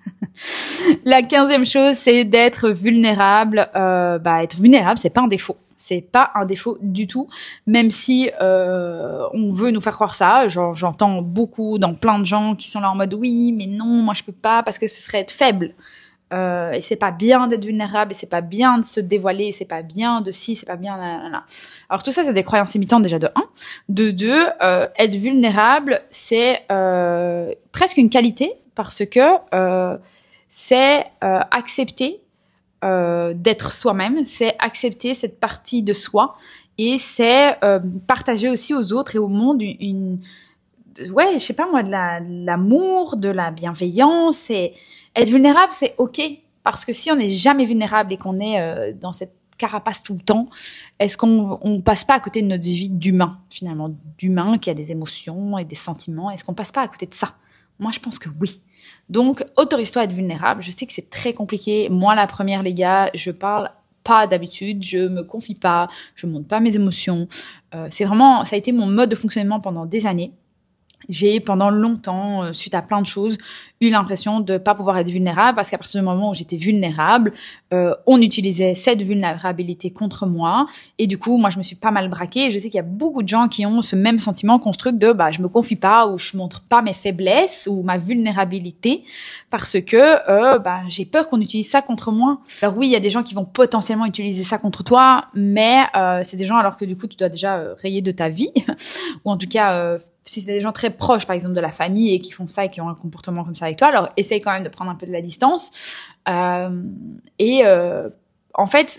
La quinzième chose, c'est d'être vulnérable. Euh, bah, être vulnérable, c'est pas un défaut. C'est pas un défaut du tout, même si euh, on veut nous faire croire ça. Genre, j'entends beaucoup dans plein de gens qui sont là en mode oui, mais non, moi je peux pas parce que ce serait être faible. Euh, et c'est pas bien d'être vulnérable, et c'est pas bien de se dévoiler, et c'est pas bien de si, c'est pas bien. Nanana. Alors tout ça, c'est des croyances limitantes déjà de un. De deux, euh, être vulnérable, c'est euh, presque une qualité parce que euh, c'est euh, accepter euh, d'être soi-même, c'est accepter cette partie de soi, et c'est euh, partager aussi aux autres et au monde une, une ouais, je sais pas moi, de la, de l'amour, de la bienveillance. Et être vulnérable, c'est ok, parce que si on n'est jamais vulnérable et qu'on est euh, dans cette carapace tout le temps, est-ce qu'on on passe pas à côté de notre vie d'humain, finalement, d'humain qui a des émotions et des sentiments? Est-ce qu'on passe pas à côté de ça? Moi, je pense que oui. Donc, autorise-toi à être vulnérable. Je sais que c'est très compliqué. Moi, la première, les gars, je parle pas d'habitude, je me confie pas, je montre pas mes émotions. Euh, c'est vraiment, ça a été mon mode de fonctionnement pendant des années. J'ai pendant longtemps, euh, suite à plein de choses, eu l'impression de pas pouvoir être vulnérable parce qu'à partir du moment où j'étais vulnérable, euh, on utilisait cette vulnérabilité contre moi et du coup, moi, je me suis pas mal braquée. Et je sais qu'il y a beaucoup de gens qui ont ce même sentiment construit de bah je me confie pas ou je montre pas mes faiblesses ou ma vulnérabilité parce que euh, bah j'ai peur qu'on utilise ça contre moi. Alors oui, il y a des gens qui vont potentiellement utiliser ça contre toi, mais euh, c'est des gens alors que du coup tu dois déjà euh, rayer de ta vie ou en tout cas euh, si c'est des gens très proches, par exemple, de la famille et qui font ça et qui ont un comportement comme ça avec toi, alors essaye quand même de prendre un peu de la distance. Euh, et euh, en fait,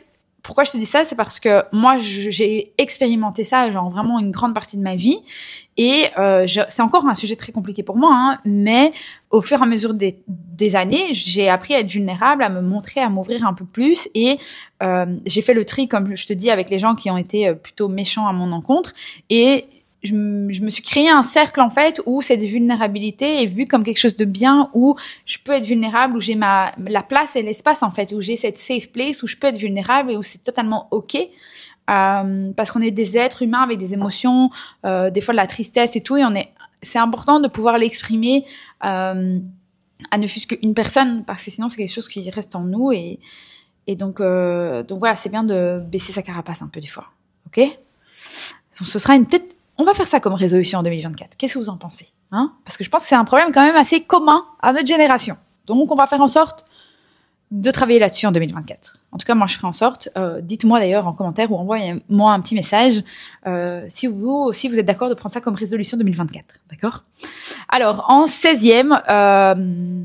pourquoi je te dis ça, c'est parce que moi, j'ai expérimenté ça, genre vraiment une grande partie de ma vie, et euh, je, c'est encore un sujet très compliqué pour moi, hein, mais au fur et à mesure des, des années, j'ai appris à être vulnérable, à me montrer, à m'ouvrir un peu plus, et euh, j'ai fait le tri, comme je te dis, avec les gens qui ont été plutôt méchants à mon encontre, et Je me, je me suis créé un cercle en fait où cette vulnérabilité est vue comme quelque chose de bien, où je peux être vulnérable, où j'ai ma la place et l'espace en fait, où j'ai cette safe place où je peux être vulnérable et où c'est totalement ok, euh, parce qu'on est des êtres humains avec des émotions, euh, des fois de la tristesse et tout, et on est c'est important de pouvoir l'exprimer euh, à ne fût-ce qu'une personne, parce que sinon c'est quelque chose qui reste en nous, et et donc euh, donc voilà, c'est bien de baisser sa carapace un peu des fois, ok. Donc, ce sera une tête. On va faire ça comme résolution en deux mille vingt-quatre. Qu'est-ce que vous en pensez, hein? Parce que je pense que c'est un problème quand même assez commun à notre génération. Donc, on va faire en sorte de travailler là-dessus en deux mille vingt-quatre. En tout cas, moi, je ferai en sorte. Euh, dites-moi d'ailleurs en commentaire ou envoyez-moi un petit message euh, si vous si vous êtes d'accord de prendre ça comme résolution deux mille vingt-quatre. D'accord? Alors, en seizième, euh,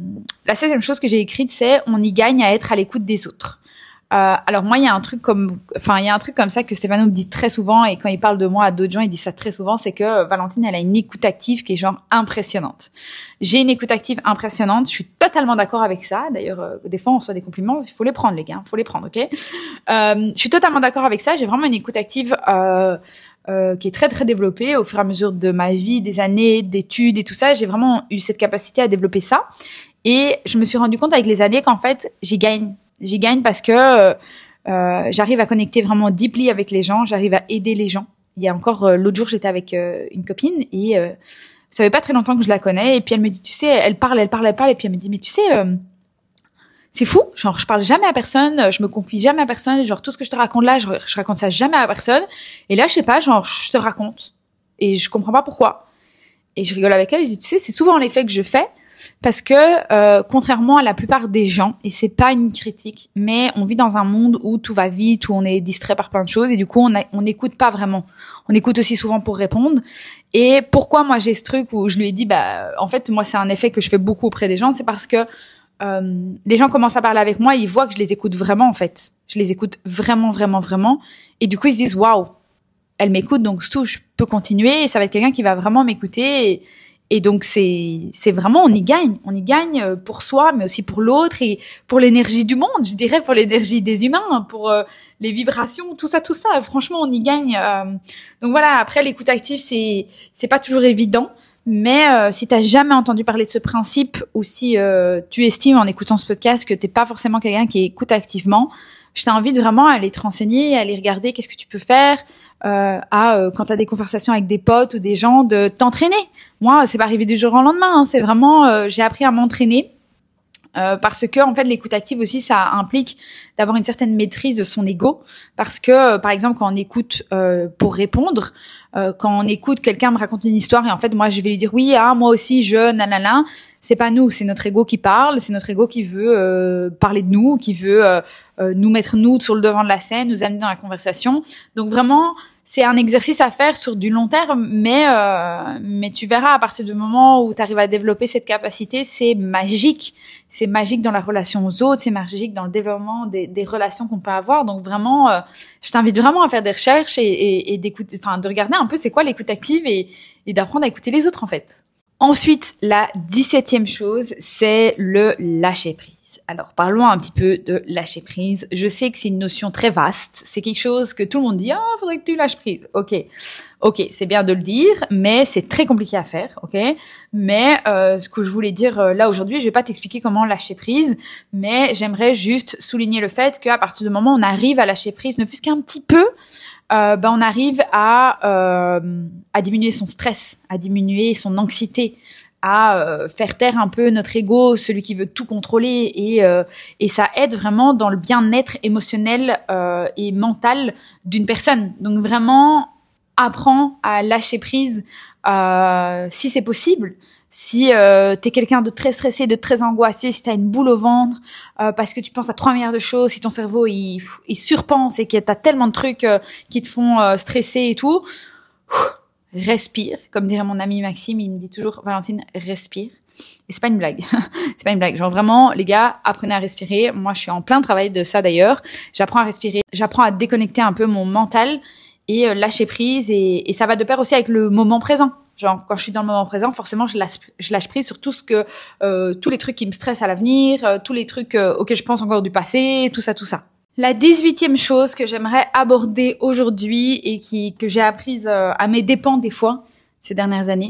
la seizième chose que j'ai écrite, c'est « On y gagne à être à l'écoute des autres ». Euh, alors moi, il y a un truc comme, enfin, il y a un truc comme ça que Stéphano me dit très souvent, et quand il parle de moi à d'autres gens, il dit ça très souvent, c'est que Valentine, elle a une écoute active qui est genre impressionnante. J'ai une écoute active impressionnante. Je suis totalement d'accord avec ça. D'ailleurs, euh, des fois, on reçoit des compliments, il faut les prendre, les gars, il faut les prendre, ok. Euh, je suis totalement d'accord avec ça. J'ai vraiment une écoute active euh, euh, qui est très très développée au fur et à mesure de ma vie, des années, d'études et tout ça. J'ai vraiment eu cette capacité à développer ça, et je me suis rendu compte avec les années qu'en fait, j'y gagne. J'y gagne parce que euh, euh, j'arrive à connecter vraiment deeply avec les gens, j'arrive à aider les gens. Il y a encore euh, l'autre jour, j'étais avec euh, une copine, et euh, ça fait pas très longtemps que je la connais, et puis elle me dit, tu sais, elle parle, elle parle, elle parle, et puis elle me dit, mais tu sais, euh, c'est fou, genre je parle jamais à personne, je me confie jamais à personne, genre tout ce que je te raconte là, je, je raconte ça jamais à personne, et là je sais pas, genre je te raconte, et je comprends pas pourquoi. Et je rigole avec elle, je dis, tu sais, c'est souvent l'effet que je fais, parce que euh, contrairement à la plupart des gens, et c'est pas une critique, mais on vit dans un monde où tout va vite, où on est distrait par plein de choses, et du coup on a, on n'écoute pas vraiment. On écoute aussi souvent pour répondre. Et pourquoi moi j'ai ce truc où je lui ai dit, bah en fait moi c'est un effet que je fais beaucoup auprès des gens, c'est parce que euh, les gens commencent à parler avec moi, et ils voient que je les écoute vraiment en fait. Je les écoute vraiment, vraiment, vraiment, et du coup ils se disent, waouh, elle m'écoute, donc tout, je peux continuer, et ça va être quelqu'un qui va vraiment m'écouter. Et, et donc c'est c'est vraiment, on y gagne, on y gagne pour soi, mais aussi pour l'autre, et pour l'énergie du monde, je dirais, pour l'énergie des humains, pour euh, les vibrations, tout ça, tout ça. Franchement, on y gagne. Euh, donc voilà. Après, l'écoute active, c'est c'est pas toujours évident, mais euh, si t'as jamais entendu parler de ce principe, ou si euh, tu estimes en écoutant ce podcast que t'es pas forcément quelqu'un qui écoute activement, je t'invite vraiment à aller te renseigner, à aller regarder qu'est-ce que tu peux faire, euh, à euh, quand tu as des conversations avec des potes ou des gens, de t'entraîner. Moi, c'est pas arrivé du jour au lendemain, hein, c'est vraiment euh, j'ai appris à m'entraîner. Euh, parce que en fait l'écoute active aussi, ça implique d'avoir une certaine maîtrise de son ego, parce que euh, par exemple quand on écoute euh, pour répondre, euh, quand on écoute quelqu'un me raconte une histoire, et en fait moi je vais lui dire oui, ah moi aussi je nanana, c'est pas nous, c'est notre ego qui parle, c'est notre ego qui veut euh, parler de nous, qui veut euh, euh, nous mettre nous sur le devant de la scène, nous amener dans la conversation. Donc vraiment c'est un exercice à faire sur du long terme, mais euh, mais tu verras, à partir du moment où tu arrives à développer cette capacité, c'est magique. C'est magique dans la relation aux autres, c'est magique dans le développement des, des relations qu'on peut avoir. Donc vraiment, euh, je t'invite vraiment à faire des recherches et, et, et d'écouter, enfin de regarder un peu c'est quoi l'écoute active, et, et d'apprendre à écouter les autres en fait. Ensuite, la dix-septième chose, c'est le lâcher prise. Alors, parlons un petit peu de lâcher prise. Je sais que c'est une notion très vaste. C'est quelque chose que tout le monde dit, ah, oh, faudrait que tu lâches prise. Ok, ok, c'est bien de le dire, mais c'est très compliqué à faire. Ok, mais euh, ce que je voulais dire euh, là aujourd'hui, je vais pas t'expliquer comment lâcher prise, mais j'aimerais juste souligner le fait qu'à partir du moment où on arrive à lâcher prise, ne fût-ce qu'un petit peu, Euh, ben on arrive à euh, à diminuer son stress, à diminuer son anxiété, à euh, faire taire un peu notre ego, celui qui veut tout contrôler, et euh, et ça aide vraiment dans le bien-être émotionnel euh, et mental d'une personne. Donc vraiment, apprends à lâcher prise euh, si c'est possible. Si euh, t'es quelqu'un de très stressé, de très angoissé, si t'as une boule au ventre euh, parce que tu penses à trois milliards de choses, si ton cerveau il, il surpense et que t'as tellement de trucs euh, qui te font euh, stresser et tout, respire. Comme dirait mon ami Maxime, il me dit toujours, Valentine, respire. Et c'est pas une blague. C'est pas une blague. Genre vraiment, les gars, apprenez à respirer. Moi, je suis en plein travail de ça d'ailleurs. J'apprends à respirer. J'apprends à déconnecter un peu mon mental et euh, lâcher prise. Et, et ça va de pair aussi avec le moment présent. Genre, quand je suis dans le moment présent, forcément, je lâche, je lâche prise sur tout ce que, euh, tous les trucs qui me stressent à l'avenir, euh, tous les trucs euh, auxquels je pense encore du passé, tout ça, tout ça. La dix-huitième chose que j'aimerais aborder aujourd'hui et qui, que j'ai apprise euh, à mes dépens des fois, ces dernières années,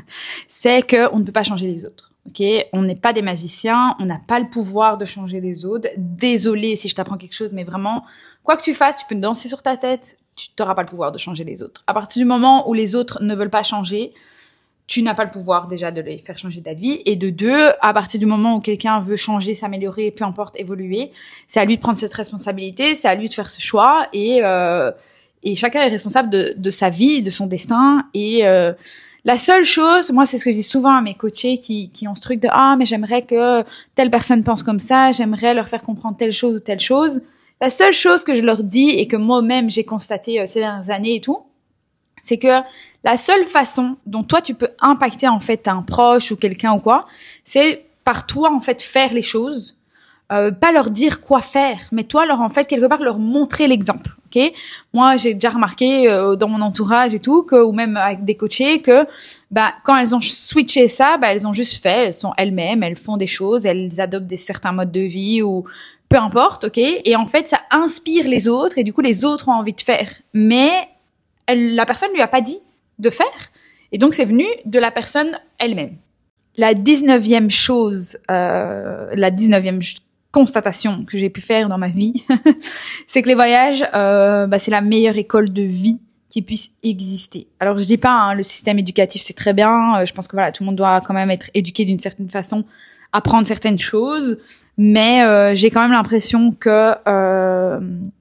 c'est que on ne peut pas changer les autres. Ok, on n'est pas des magiciens, on n'a pas le pouvoir de changer les autres. Désolée si je t'apprends quelque chose, mais vraiment, quoi que tu fasses, tu peux danser sur ta tête, tu n'auras pas le pouvoir de changer les autres. À partir du moment où les autres ne veulent pas changer, tu n'as pas le pouvoir déjà de les faire changer d'avis. Et de deux, à partir du moment où quelqu'un veut changer, s'améliorer, peu importe, évoluer, c'est à lui de prendre cette responsabilité, c'est à lui de faire ce choix. Et, euh, et chacun est responsable de, de sa vie, de son destin. Et euh, la seule chose, moi, c'est ce que je dis souvent à mes coachés qui, qui ont ce truc de « Ah, mais j'aimerais que telle personne pense comme ça, j'aimerais leur faire comprendre telle chose ou telle chose ». La seule chose que je leur dis et que moi-même j'ai constaté euh, ces dernières années et tout, c'est que la seule façon dont toi tu peux impacter en fait un proche ou quelqu'un ou quoi, c'est par toi en fait faire les choses, euh, pas leur dire quoi faire, mais toi leur en fait quelque part leur montrer l'exemple. Ok, moi j'ai déjà remarqué euh, dans mon entourage et tout que ou même avec des coachés que bah quand elles ont switché ça, bah elles ont juste fait, elles sont elles-mêmes, elles font des choses, elles adoptent des certains modes de vie ou peu importe, ok, et en fait ça inspire les autres et du coup les autres ont envie de faire, mais elle, la personne lui a pas dit de faire, et donc c'est venu de la personne elle-même. La dix-neuvième chose, euh, la dix-neuvième constatation que j'ai pu faire dans ma vie, c'est que les voyages, euh, bah, c'est la meilleure école de vie qui puisse exister. Alors je dis pas, hein, le système éducatif c'est très bien, euh, je pense que voilà, tout le monde doit quand même être éduqué d'une certaine façon, apprendre certaines choses, mais euh, j'ai quand même l'impression que euh,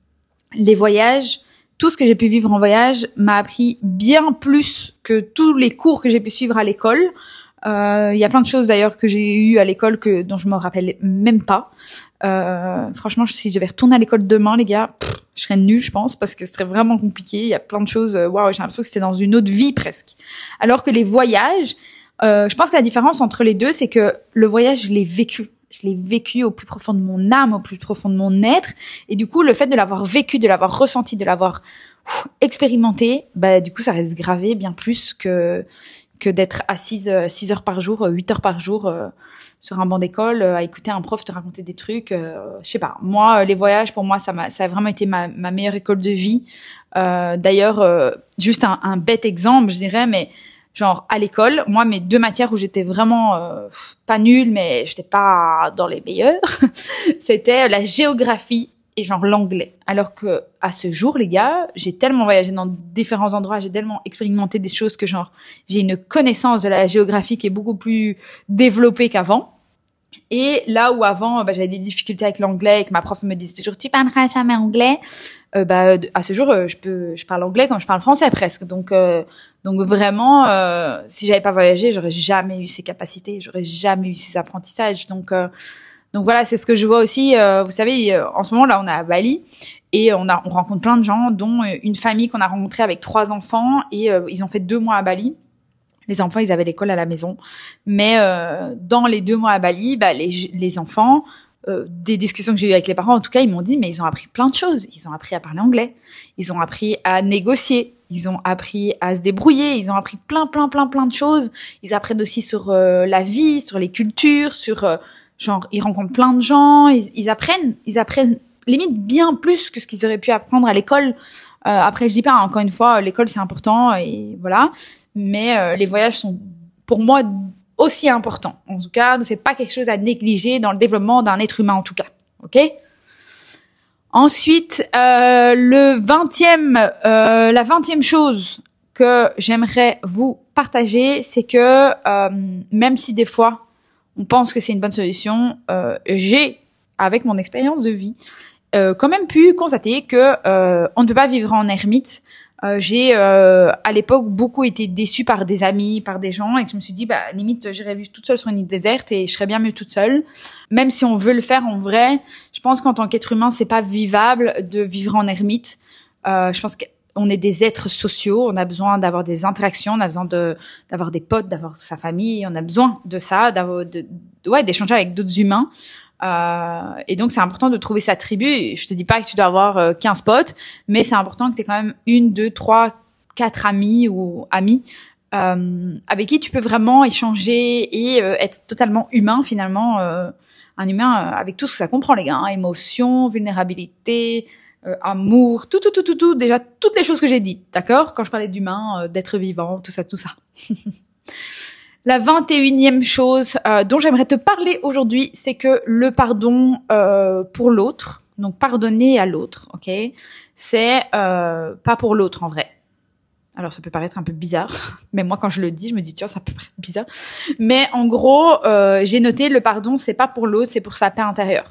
les voyages, tout ce que j'ai pu vivre en voyage m'a appris bien plus que tous les cours que j'ai pu suivre à l'école. Il euh, y a plein de choses d'ailleurs que j'ai eues à l'école que dont je me rappelle même pas. Euh, franchement, si je devais retourner à l'école demain, les gars, pff, je serais nulle, je pense, parce que ce serait vraiment compliqué. Il y a plein de choses. Waouh, wow, j'ai l'impression que c'était dans une autre vie presque. Alors que les voyages, euh, je pense que la différence entre les deux, c'est que le voyage, je l'ai vécu. Je l'ai vécu au plus profond de mon âme, au plus profond de mon être. Et du coup, le fait de l'avoir vécu, de l'avoir ressenti, de l'avoir ouf, expérimenté, bah, du coup, ça reste gravé bien plus que, que d'être assise euh, six heures par jour, huit heures par jour, euh, sur un banc d'école, euh, à écouter un prof te raconter des trucs. Euh, je sais pas. Moi, les voyages, pour moi, ça m'a, ça a vraiment été ma, ma meilleure école de vie. Euh, d'ailleurs, euh, juste un, un bête exemple, je dirais, mais, genre à l'école, moi mes deux matières où j'étais vraiment euh, pas nulle, mais j'étais pas dans les meilleures, c'était la géographie et genre l'anglais. Alors que à ce jour, les gars, j'ai tellement voyagé dans différents endroits, j'ai tellement expérimenté des choses que genre j'ai une connaissance de la géographie qui est beaucoup plus développée qu'avant. Et là où avant, bah, j'avais des difficultés avec l'anglais et que ma prof me disait toujours tu parleras jamais anglais, euh, bah à ce jour, euh, je peux, je parle anglais comme je parle français presque. Donc euh, donc vraiment, euh, si j'avais pas voyagé, j'aurais jamais eu ces capacités, j'aurais jamais eu ces apprentissages. Donc euh, donc voilà, c'est ce que je vois aussi. Euh, vous savez, euh, en ce moment là, on est à Bali et on a on rencontre plein de gens, dont une famille qu'on a rencontrée avec trois enfants et euh, ils ont fait deux mois à Bali. Les enfants, ils avaient l'école à la maison, mais euh, dans les deux mois à Bali, bah les les enfants, euh, des discussions que j'ai eues avec les parents, en tout cas, ils m'ont dit mais ils ont appris plein de choses. Ils ont appris à parler anglais, ils ont appris à négocier, ils ont appris à se débrouiller, ils ont appris plein plein plein plein de choses. Ils apprennent aussi sur euh, la vie, sur les cultures, sur euh, genre ils rencontrent plein de gens, ils, ils apprennent, ils apprennent limite bien plus que ce qu'ils auraient pu apprendre à l'école. Euh, après, je dis pas, hein, encore une fois, l'école c'est important et voilà, mais euh, les voyages sont pour moi aussi importants. En tout cas, c'est pas quelque chose à négliger dans le développement d'un être humain en tout cas. Ok. Ensuite, euh, le vingtième, euh, la vingtième chose que j'aimerais vous partager, c'est que euh, même si des fois on pense que c'est une bonne solution, euh, j'ai, avec mon expérience de vie, Euh, quand même pu constater que euh, on ne peut pas vivre en ermite. Euh, j'ai euh, à l'époque beaucoup été déçue par des amis, par des gens, et que je me suis dit bah limite j'irais vivre toute seule sur une île déserte et je serais bien mieux toute seule. Même si on veut le faire en vrai, je pense qu'en tant qu'être humain c'est pas vivable de vivre en ermite. Euh, je pense que on est des êtres sociaux, on a besoin d'avoir des interactions, on a besoin de d'avoir des potes, d'avoir sa famille, on a besoin de ça, d'avoir de, de ouais, d'échanger avec d'autres humains. Euh, et donc c'est important de trouver sa tribu. Je te dis pas que tu dois avoir euh, quinze potes, mais c'est important que tu aies quand même une, deux, trois, quatre amis ou amis euh, avec qui tu peux vraiment échanger et euh, être totalement humain finalement. Euh, un humain euh, avec tout ce que ça comprend, les gars, hein, émotion, vulnérabilité, Euh, amour, tout, tout, tout, tout, tout, déjà toutes les choses que j'ai dites, d'accord? Quand je parlais d'humain, euh, d'être vivant, tout ça, tout ça. La vingt et unième chose euh, dont j'aimerais te parler aujourd'hui, c'est que le pardon euh, pour l'autre, donc pardonner à l'autre, ok, c'est euh, pas pour l'autre en vrai. Alors ça peut paraître un peu bizarre, mais moi quand je le dis, je me dis tiens ça peut paraître bizarre. Mais en gros, euh, j'ai noté le pardon, c'est pas pour l'autre, c'est pour sa paix intérieure.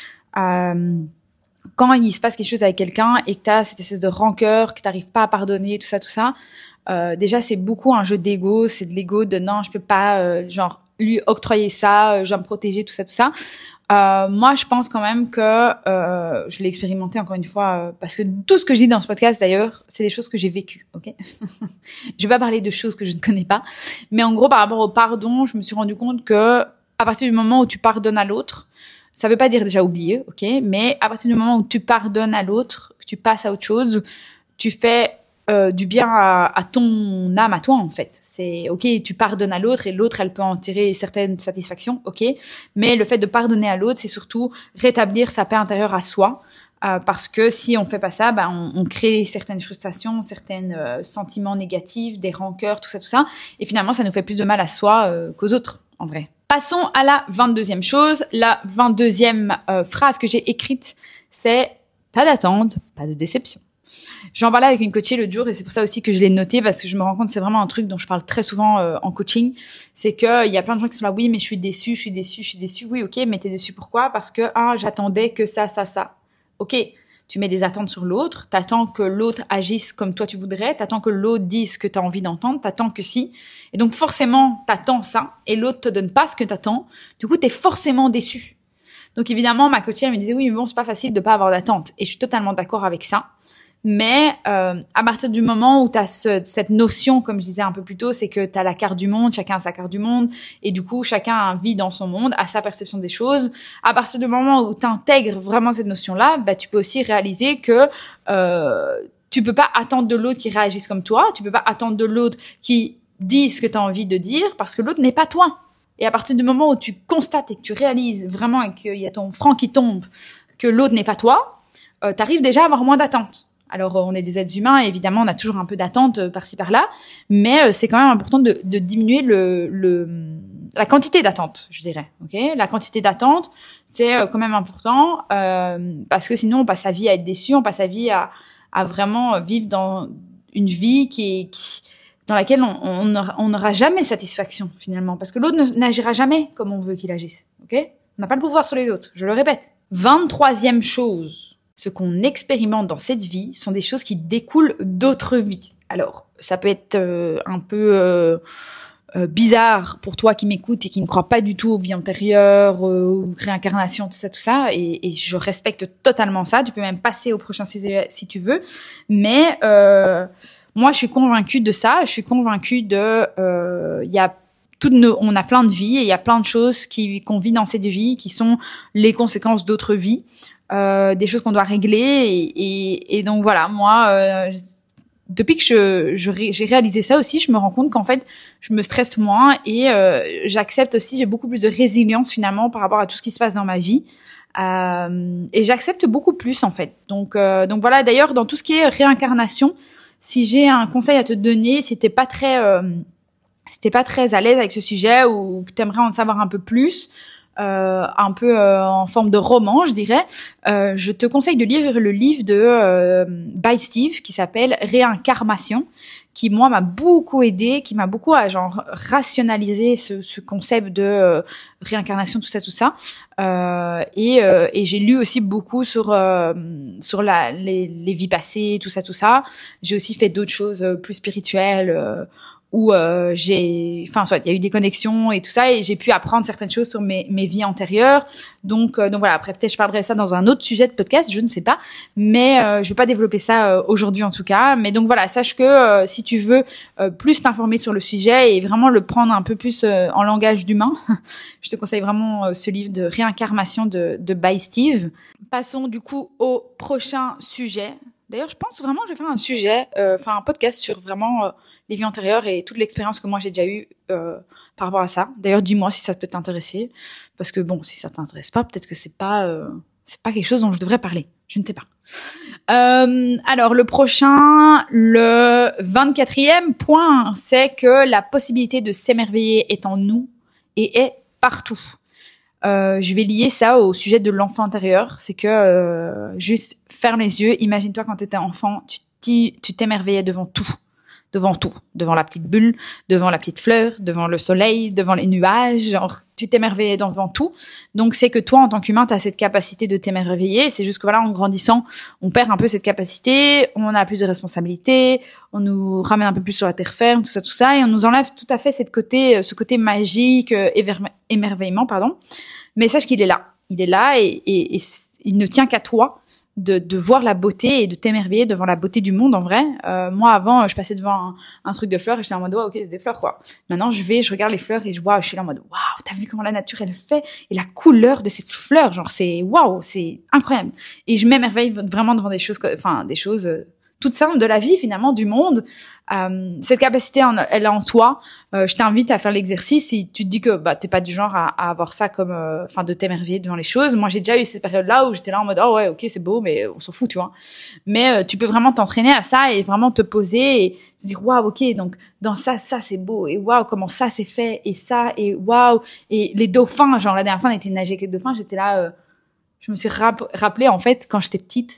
Euh, Quand il se passe quelque chose avec quelqu'un et que tu as cette espèce de rancœur, que tu n'arrives pas à pardonner, tout ça, tout ça, euh, déjà, c'est beaucoup un jeu d'ego. C'est de l'ego de non, je peux pas, euh, genre, lui octroyer ça, euh, je dois me protéger, tout ça, tout ça. Euh, moi, je pense quand même que euh, je l'ai expérimenté encore une fois, euh, parce que tout ce que je dis dans ce podcast, d'ailleurs, c'est des choses que j'ai vécues, ok. Je vais pas parler de choses que je ne connais pas, mais en gros, par rapport au pardon, je me suis rendu compte que à partir du moment où tu pardonnes à l'autre, ça veut pas dire déjà oublier, ok, mais à partir du moment où tu pardonnes à l'autre, que tu passes à autre chose, tu fais euh, du bien à, à ton âme, à toi en fait. C'est ok, tu pardonnes à l'autre et l'autre elle peut en tirer certaines satisfactions, ok, mais le fait de pardonner à l'autre, c'est surtout rétablir sa paix intérieure à soi, euh, parce que si on fait pas ça, ben on, on crée certaines frustrations, certains euh, sentiments négatifs, des rancœurs, tout ça, tout ça, et finalement ça nous fait plus de mal à soi euh, qu'aux autres en vrai. Passons à la vingt-deuxième chose. La vingt-deuxième euh, phrase que j'ai écrite, c'est pas d'attente, pas de déception. J'en parlais avec une coachée l'autre jour et c'est pour ça aussi que je l'ai noté parce que je me rends compte que c'est vraiment un truc dont je parle très souvent euh, en coaching. C'est que il y a plein de gens qui sont là, oui, mais je suis déçue, je suis déçue, je suis déçue. Oui, ok, mais t'es déçue pourquoi? Parce que ah, j'attendais que ça, ça, ça. Ok. Tu mets des attentes sur l'autre, t'attends que l'autre agisse comme toi tu voudrais, t'attends que l'autre dise ce que t'as envie d'entendre, t'attends que si. Et donc forcément, t'attends ça, et l'autre te donne pas ce que t'attends. Du coup, t'es forcément déçu. Donc évidemment, ma coachée, elle me disait, oui, mais bon, c'est pas facile de pas avoir d'attente. Et je suis totalement d'accord avec ça. Mais euh, à partir du moment où tu as ce, cette notion, comme je disais un peu plus tôt, c'est que tu as la carte du monde, chacun a sa carte du monde, et du coup, chacun vit dans son monde, a sa perception des choses. À partir du moment où tu intègres vraiment cette notion-là, bah, tu peux aussi réaliser que euh, tu peux pas attendre de l'autre qui réagisse comme toi, tu peux pas attendre de l'autre qui dise ce que tu as envie de dire, parce que l'autre n'est pas toi. Et à partir du moment où tu constates et que tu réalises vraiment et qu'il y a ton franc qui tombe, que l'autre n'est pas toi, euh, tu arrives déjà à avoir moins d'attentes. Alors, on est des êtres humains, et évidemment, on a toujours un peu d'attente euh, par-ci par-là, mais euh, c'est quand même important de, de diminuer le, le, la quantité d'attente, je dirais. Ok, la quantité d'attente, c'est euh, quand même important euh, parce que sinon, on passe sa vie à être déçu, on passe sa vie à, à vraiment vivre dans une vie qui est qui, dans laquelle on, on, n'aura, on n'aura jamais satisfaction finalement, parce que l'autre ne, n'agira jamais comme on veut qu'il agisse. Ok, on n'a pas le pouvoir sur les autres. Je le répète. vingt-troisième chose. Ce qu'on expérimente dans cette vie sont des choses qui découlent d'autres vies. Alors, ça peut être euh, un peu euh, euh, bizarre pour toi qui m'écoutes et qui ne crois pas du tout aux vies antérieures, euh, aux réincarnations, tout ça, tout ça. Et, et je respecte totalement ça. Tu peux même passer au prochain sujet si tu veux. Mais euh, moi, je suis convaincue de ça. Je suis convaincue de... Euh, y a toutes nos, on a plein de vies et il y a plein de choses qui, qu'on vit dans cette vie qui sont les conséquences d'autres vies. Euh, des choses qu'on doit régler et, et, et donc voilà, moi euh, depuis que je, je j'ai réalisé ça aussi, je me rends compte qu'en fait je me stresse moins et euh, j'accepte aussi, j'ai beaucoup plus de résilience finalement par rapport à tout ce qui se passe dans ma vie euh, et j'accepte beaucoup plus en fait. Donc euh, donc voilà, d'ailleurs dans tout ce qui est réincarnation, si j'ai un conseil à te donner, si t'es pas très euh, si t'es pas très à l'aise avec ce sujet ou que t'aimerais en savoir un peu plus, Euh, un peu euh, en forme de roman, je dirais, euh, je te conseille de lire le livre de euh, By Steve qui s'appelle Réincarnation, qui moi m'a beaucoup aidé, qui m'a beaucoup à genre rationaliser ce, ce concept de euh, réincarnation, tout ça, tout ça. Euh, et, euh, et j'ai lu aussi beaucoup sur euh, sur la les, les vies passées, tout ça, tout ça. J'ai aussi fait d'autres choses plus spirituelles. Euh, où euh, j'ai, enfin, soit il y a eu des connexions et tout ça, et j'ai pu apprendre certaines choses sur mes mes vies antérieures. Donc, euh, donc voilà. Après, peut-être je parlerai de ça dans un autre sujet de podcast, je ne sais pas, mais euh, je vais pas développer ça euh, aujourd'hui en tout cas. Mais donc voilà, sache que euh, si tu veux euh, plus t'informer sur le sujet et vraiment le prendre un peu plus euh, en langage d'humain, je te conseille vraiment euh, ce livre de réincarnation de de By Steve. Passons du coup au prochain sujet. D'ailleurs, je pense vraiment que je vais faire un sujet, euh, enfin un podcast sur vraiment euh, les vies antérieures et toute l'expérience que moi j'ai déjà eue euh, par rapport à ça. D'ailleurs, dis-moi si ça peut t'intéresser, parce que bon, si ça t'intéresse pas, peut-être que c'est pas euh, c'est pas quelque chose dont je devrais parler. Je ne sais pas. Euh, alors le prochain, le vingt-quatrième point, c'est que la possibilité de s'émerveiller est en nous et est partout. Euh, je vais lier ça au sujet de l'enfant intérieur. C'est que euh, juste ferme les yeux. Imagine-toi quand tu étais enfant, tu t'y- tu t'émerveillais devant tout, devant tout, devant la petite bulle, devant la petite fleur, devant le soleil, devant les nuages. Genre, tu t'émerveillais devant tout. Donc c'est que toi, en tant qu'humain, tu as cette capacité de t'émerveiller. C'est juste que voilà, en grandissant, on perd un peu cette capacité. On a plus de responsabilités. On nous ramène un peu plus sur la terre ferme, tout ça, tout ça, et on nous enlève tout à fait cette côté, ce côté magique, euh, éver- émerveillement, pardon. Mais sache qu'il est là. Il est là et, et, et il ne tient qu'à toi de, de voir la beauté et de t'émerveiller devant la beauté du monde, en vrai. Euh, moi, avant, je passais devant un, un truc de fleurs et j'étais en mode, ouais, ok, c'est des fleurs, quoi. Maintenant, je vais, je regarde les fleurs et je vois, je suis là en mode, waouh, t'as vu comment la nature, elle fait? Et la couleur de cette fleur, genre, c'est, waouh, c'est incroyable. Et je m'émerveille vraiment devant des choses, enfin, des choses euh, toutes simples de la vie, finalement, du monde. Euh, cette capacité, en, elle est en toi. Euh, je t'invite à faire l'exercice. Si tu te dis que bah t'es pas du genre à, à avoir ça comme, enfin, euh, de t'émerveiller devant les choses. Moi, j'ai déjà eu cette période-là où j'étais là en mode, oh ouais, ok, c'est beau, mais on s'en fout, tu vois. Mais euh, tu peux vraiment t'entraîner à ça et vraiment te poser et te dire, waouh, ok, donc dans ça, ça c'est beau et waouh, comment ça c'est fait et ça et waouh et les dauphins. Genre la dernière fois, on était nager avec les dauphins. J'étais là, euh, je me suis rap- rappelé en fait quand j'étais petite.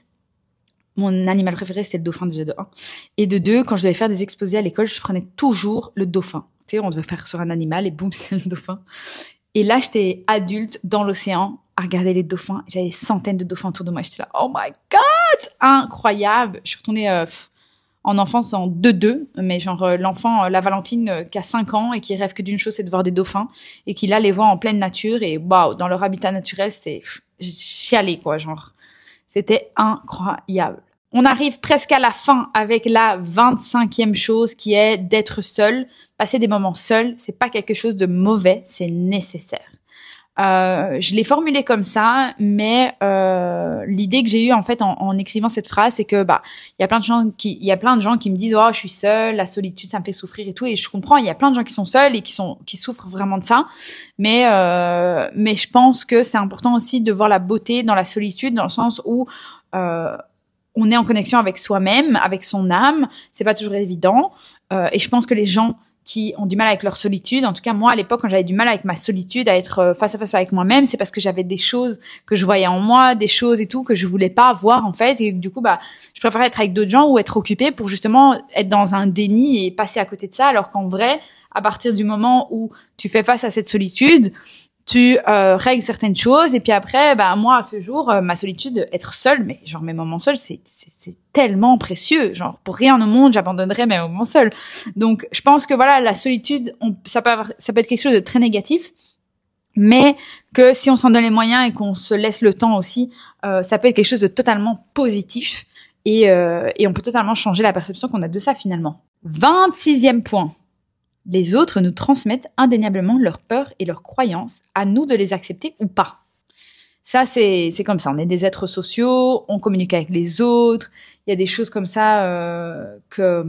Mon animal préféré, c'était le dauphin, déjà de un. Et de deux, quand je devais faire des exposés à l'école, je prenais toujours le dauphin. Tu sais, on devait faire sur un animal et boum, c'est le dauphin. Et là, j'étais adulte dans l'océan à regarder les dauphins. J'avais des centaines de dauphins autour de moi. J'étais là, oh my God! Incroyable! Je suis retournée euh, en enfance en deux deux, mais genre euh, l'enfant, euh, la Valentine, euh, qui a cinq ans et qui rêve que d'une chose, c'est de voir des dauphins et qui là les voit en pleine nature et waouh, dans leur habitat naturel, c'est pff, chialé, quoi, genre. C'était incroyable. On arrive presque à la fin avec la vingt-cinquième chose qui est d'être seul. Passer des moments seuls, c'est pas quelque chose de mauvais, c'est nécessaire. Euh, je l'ai formulé comme ça, mais euh, l'idée que j'ai eue en fait en, en écrivant cette phrase, c'est que bah il y a plein de gens qui, il y a plein de gens qui me disent oh je suis seule, la solitude ça me fait souffrir et tout, et je comprends, il y a plein de gens qui sont seuls et qui sont qui souffrent vraiment de ça, mais euh, mais je pense que c'est important aussi de voir la beauté dans la solitude, dans le sens où euh, on est en connexion avec soi-même, avec son âme, c'est pas toujours évident, euh, et je pense que les gens qui ont du mal avec leur solitude. En tout cas, moi, à l'époque, quand j'avais du mal avec ma solitude, à être face à face avec moi-même, c'est parce que j'avais des choses que je voyais en moi, des choses et tout que je voulais pas voir, en fait. Et du coup, bah, je préférais être avec d'autres gens ou être occupée pour justement être dans un déni et passer à côté de ça. Alors qu'en vrai, à partir du moment où tu fais face à cette solitude, tu euh, règles certaines choses et puis après, bah moi à ce jour, euh, ma solitude, être seule, mais genre mes moments seuls, c'est c'est, c'est tellement précieux. Genre pour rien au monde, j'abandonnerais mes moments seuls. Donc je pense que voilà, la solitude, on, ça peut avoir, ça peut être quelque chose de très négatif, mais que si on s'en donne les moyens et qu'on se laisse le temps aussi, euh, ça peut être quelque chose de totalement positif et euh, et on peut totalement changer la perception qu'on a de ça finalement. vingt-sixième point. Les autres nous transmettent indéniablement leurs peurs et leurs croyances, à nous de les accepter ou pas. Ça, c'est c'est comme ça. On est des êtres sociaux, on communique avec les autres. Il y a des choses comme ça euh, que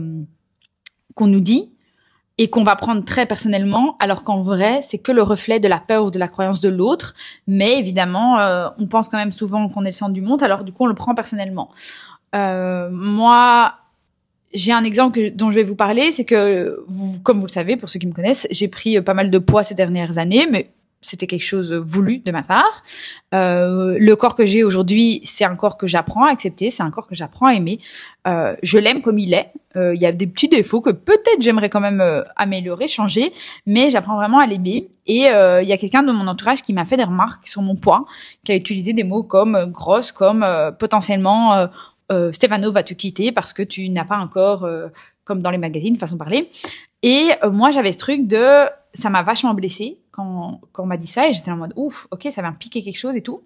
qu'on nous dit et qu'on va prendre très personnellement, alors qu'en vrai, c'est que le reflet de la peur ou de la croyance de l'autre. Mais évidemment, euh, on pense quand même souvent qu'on est le centre du monde, alors du coup, on le prend personnellement. Euh, moi... J'ai un exemple que, dont je vais vous parler, c'est que, vous, comme vous le savez, pour ceux qui me connaissent, j'ai pris pas mal de poids ces dernières années, mais c'était quelque chose voulu de ma part. Euh, le corps que j'ai aujourd'hui, c'est un corps que j'apprends à accepter, c'est un corps que j'apprends à aimer. Euh, je l'aime comme il est. Euh, il y a des petits défauts que peut-être j'aimerais quand même euh, améliorer, changer, mais j'apprends vraiment à l'aimer. Et euh, il y a quelqu'un de mon entourage qui m'a fait des remarques sur mon poids, qui a utilisé des mots comme euh, grosse, comme euh, potentiellement... Euh, euh, Stéphano va te quitter parce que tu n'as pas encore, euh, comme dans les magazines, façon de parler. Et euh, moi, j'avais ce truc de, ça m'a vachement blessée quand, quand on m'a dit ça, et j'étais en mode, ouf, ok, ça va me piquer quelque chose et tout.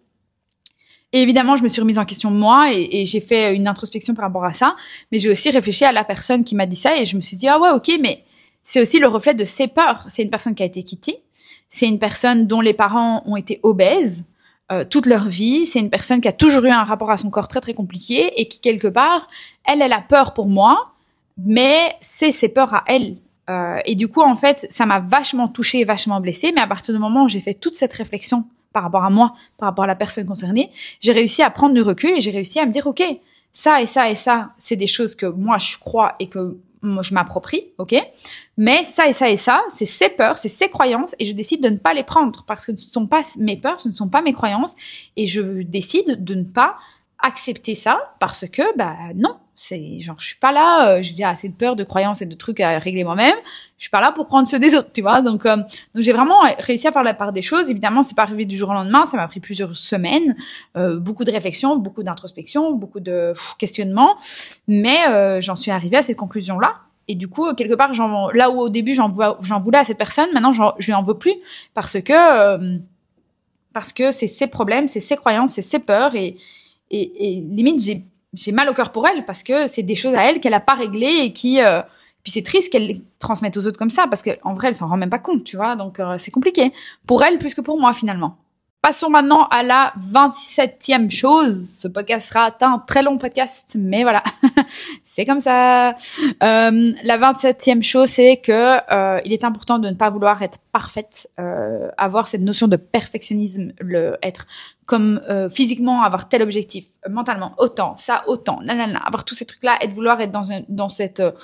Et évidemment, je me suis remise en question de moi et, et j'ai fait une introspection par rapport à ça. Mais j'ai aussi réfléchi à la personne qui m'a dit ça et je me suis dit, ah ouais, ok, mais c'est aussi le reflet de ses peurs. C'est une personne qui a été quittée. C'est une personne dont les parents ont été obèses euh, toute leur vie. C'est une personne qui a toujours eu un rapport à son corps très, très compliqué et qui, quelque part, elle, elle a peur pour moi, mais c'est ses peurs à elle. Euh, et du coup, en fait, ça m'a vachement touchée, vachement blessée. Mais à partir du moment où j'ai fait toute cette réflexion par rapport à moi, par rapport à la personne concernée, j'ai réussi à prendre du recul et j'ai réussi à me dire, ok, ça et ça et ça, c'est des choses que moi je crois et que moi je m'approprie, ok, mais ça et ça et ça, c'est ses peurs, c'est ses croyances et je décide de ne pas les prendre parce que ce ne sont pas mes peurs, ce ne sont pas mes croyances et je décide de ne pas accepter ça parce que, bah non, c'est genre, je suis pas là, euh, j'ai déjà assez de peur, de croyances et de trucs à régler moi-même, je suis pas là pour prendre ceux des autres, tu vois, donc, euh, donc j'ai vraiment réussi à faire la part des choses. Évidemment, c'est pas arrivé du jour au lendemain, ça m'a pris plusieurs semaines, euh, beaucoup de réflexion, beaucoup d'introspection, beaucoup de pff, questionnements, mais euh, j'en suis arrivée à cette conclusion-là. Et du coup, quelque part, j'en, là où au début j'en, j'en voulais à cette personne, maintenant j'en, je lui en veux plus parce que euh, parce que c'est ses problèmes, c'est ses croyances, c'est ses peurs et et, et limite j'ai j'ai mal au cœur pour elle parce que c'est des choses à elle qu'elle a pas réglées et qui euh, puis c'est triste qu'elle les transmette aux autres comme ça parce que en vrai elle s'en rend même pas compte, tu vois, donc euh, c'est compliqué pour elle plus que pour moi finalement. Passons maintenant à la vingt-septième chose. Ce podcast sera un très long podcast, mais voilà, c'est comme ça. Euh, la vingt-septième chose, c'est que euh, il est important de ne pas vouloir être parfaite, euh, avoir cette notion de perfectionnisme, le être comme euh, physiquement, avoir tel objectif, mentalement autant, ça autant, nanana, avoir tous ces trucs-là, et de vouloir être dans un, dans cette euh,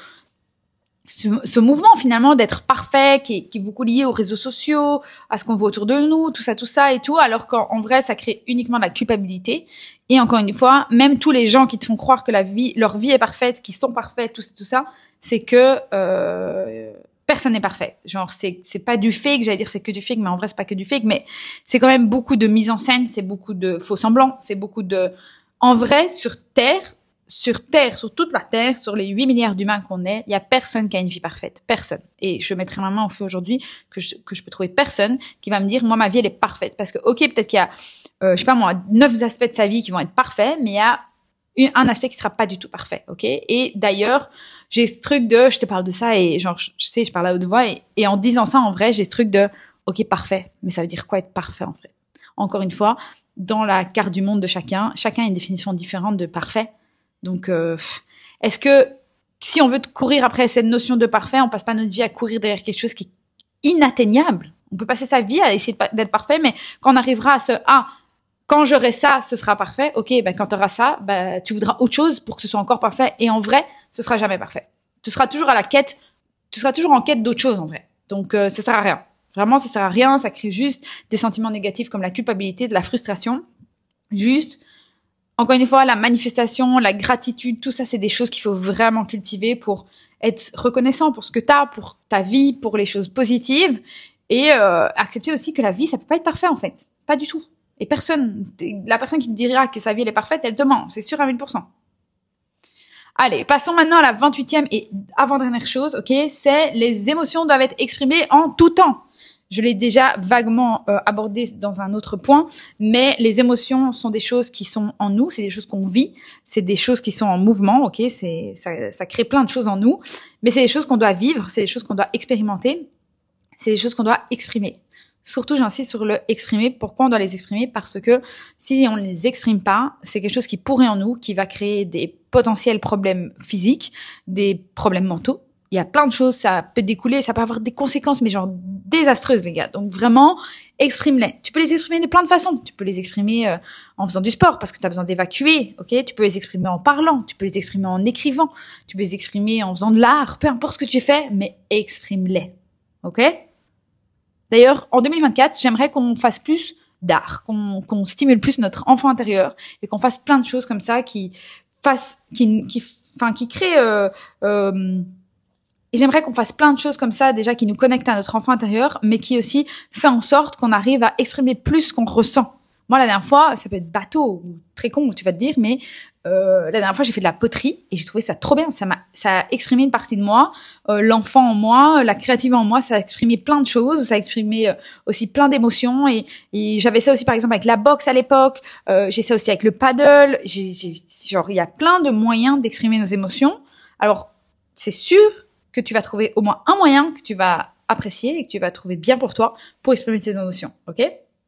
Ce, ce mouvement finalement d'être parfait qui est, qui est beaucoup lié aux réseaux sociaux, à ce qu'on voit autour de nous, tout ça, tout ça et tout, alors qu'en vrai, ça crée uniquement de la culpabilité. Et encore une fois, même tous les gens qui te font croire que la vie, leur vie est parfaite, qu'ils sont parfaits, tout ça, tout ça, c'est que euh, personne n'est parfait. Genre, c'est c'est pas du fake, j'allais dire c'est que du fake, mais en vrai, c'est pas que du fake, mais c'est quand même beaucoup de mise en scène, c'est beaucoup de faux semblants, c'est beaucoup de... En vrai, sur Terre, Sur Terre, sur toute la Terre, sur les huit milliards d'humains qu'on est, il y a personne qui a une vie parfaite. Personne. Et je mettrai ma main au feu aujourd'hui que je, que je peux trouver personne qui va me dire, moi, ma vie, elle est parfaite. Parce que, ok, peut-être qu'il y a, euh, je sais pas moi, neuf aspects de sa vie qui vont être parfaits, mais il y a une, un aspect qui sera pas du tout parfait, ok? Et d'ailleurs, j'ai ce truc de, je te parle de ça et genre, je, je sais, je parle à haute voix et, et en disant ça, en vrai, j'ai ce truc de, ok, parfait. Mais ça veut dire quoi être parfait, en fait? Encore une fois, dans la carte du monde de chacun, chacun a une définition différente de parfait. Donc, euh, est-ce que si on veut courir après cette notion de parfait, on passe pas notre vie à courir derrière quelque chose qui est inatteignable? On peut passer sa vie à essayer d'être parfait, mais quand on arrivera à ce ah, quand j'aurai ça, ce sera parfait. Ok, ben quand tu auras ça, ben tu voudras autre chose pour que ce soit encore parfait. Et en vrai, ce sera jamais parfait. Tu seras toujours à la quête, tu seras toujours en quête d'autre chose en vrai. Donc euh, ça sert à rien. Vraiment, ça sert à rien. Ça crée juste des sentiments négatifs comme la culpabilité, de la frustration. Juste. Encore une fois, la manifestation, la gratitude, tout ça, c'est des choses qu'il faut vraiment cultiver pour être reconnaissant pour ce que t'as, pour ta vie, pour les choses positives et euh, accepter aussi que la vie, ça peut pas être parfait en fait. Pas du tout. Et personne, la personne qui te dira que sa vie elle est parfaite, elle te ment. C'est sûr à mille pour cent. Allez, passons maintenant à la vingt-huitième et avant-dernière chose, ok, c'est les émotions doivent être exprimées en tout temps. Je l'ai déjà vaguement euh, abordé dans un autre point, mais les émotions sont des choses qui sont en nous, c'est des choses qu'on vit, c'est des choses qui sont en mouvement, ok, c'est ça, ça crée plein de choses en nous, mais c'est des choses qu'on doit vivre, c'est des choses qu'on doit expérimenter, c'est des choses qu'on doit exprimer. Surtout, j'insiste sur le exprimer. Pourquoi on doit les exprimer? Parce que si on ne les exprime pas, c'est quelque chose qui pourrit en nous, qui va créer des potentiels problèmes physiques, des problèmes mentaux. Il y a plein de choses, ça peut découler, ça peut avoir des conséquences, mais genre désastreuses, les gars. Donc vraiment, exprime-les. Tu peux les exprimer de plein de façons. Tu peux les exprimer euh, en faisant du sport, parce que tu as besoin d'évacuer, ok? Tu peux les exprimer en parlant, tu peux les exprimer en écrivant, tu peux les exprimer en faisant de l'art, peu importe ce que tu fais, mais exprime-les, ok? D'ailleurs, en deux mille vingt-quatre, j'aimerais qu'on fasse plus d'art, qu'on qu'on stimule plus notre enfant intérieur et qu'on fasse plein de choses comme ça qui fassent, qui, qui, enfin, qui créent... Euh, euh, Et j'aimerais qu'on fasse plein de choses comme ça, déjà, qui nous connectent à notre enfant intérieur, mais qui aussi fait en sorte qu'on arrive à exprimer plus ce qu'on ressent. Moi, la dernière fois, ça peut être bateau ou très con, tu vas te dire, mais euh, la dernière fois, j'ai fait de la poterie et j'ai trouvé ça trop bien. Ça m'a, ça a exprimé une partie de moi, euh, l'enfant en moi, la créative en moi. Ça a exprimé plein de choses. Ça a exprimé euh, aussi plein d'émotions. Et, et j'avais ça aussi, par exemple, avec la boxe à l'époque. Euh, j'ai ça aussi avec le paddle. J'ai, j'ai, genre, il y a plein de moyens d'exprimer nos émotions. Alors, c'est sûr que tu vas trouver au moins un moyen que tu vas apprécier et que tu vas trouver bien pour toi pour exprimer tes émotions, ok?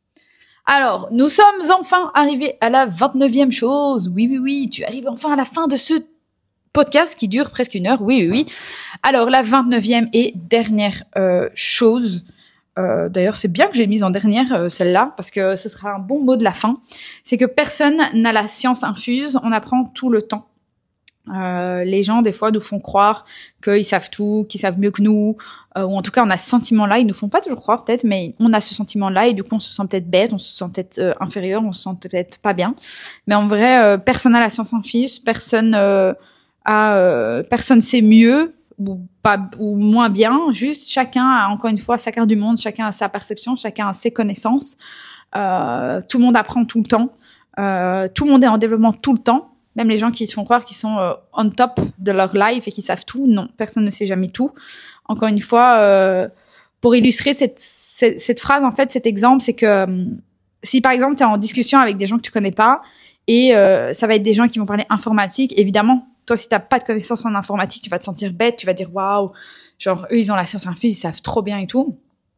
Alors, nous sommes enfin arrivés à la vingt-neuvième chose. Oui, oui, oui, tu arrives enfin à la fin de ce podcast qui dure presque une heure. Oui, oui, oui. Alors, la vingt-neuvième et dernière euh, chose. Euh, d'ailleurs, c'est bien que j'ai mise en dernière euh, celle-là parce que ce sera un bon mot de la fin. C'est que personne n'a la science infuse. On apprend tout le temps. Euh, les gens des fois nous font croire qu'ils savent tout, qu'ils savent mieux que nous, euh, ou en tout cas on a ce sentiment-là. Ils nous font pas toujours croire peut-être, mais on a ce sentiment-là et du coup on se sent peut-être bête, on se sent peut-être euh, inférieur, on se sent peut-être pas bien. Mais en vrai, euh, personne n'a la science infuse, personne euh, a, euh, personne sait mieux ou pas ou moins bien. Juste chacun a encore une fois sa carte du monde, chacun a sa perception, chacun a ses connaissances. Euh, tout le monde apprend tout le temps, euh, tout le monde est en développement tout le temps. Même les gens qui se font croire qu'ils sont euh, on top de leur life et qui savent tout, non, personne ne sait jamais tout. Encore une fois, euh, pour illustrer cette, cette, cette phrase, en fait, cet exemple, c'est que euh, si par exemple tu es en discussion avec des gens que tu connais pas et euh, ça va être des gens qui vont parler informatique, évidemment, toi si t'as pas de connaissances en informatique, tu vas te sentir bête, tu vas dire waouh, genre eux ils ont la science infuse, ils savent trop bien et tout.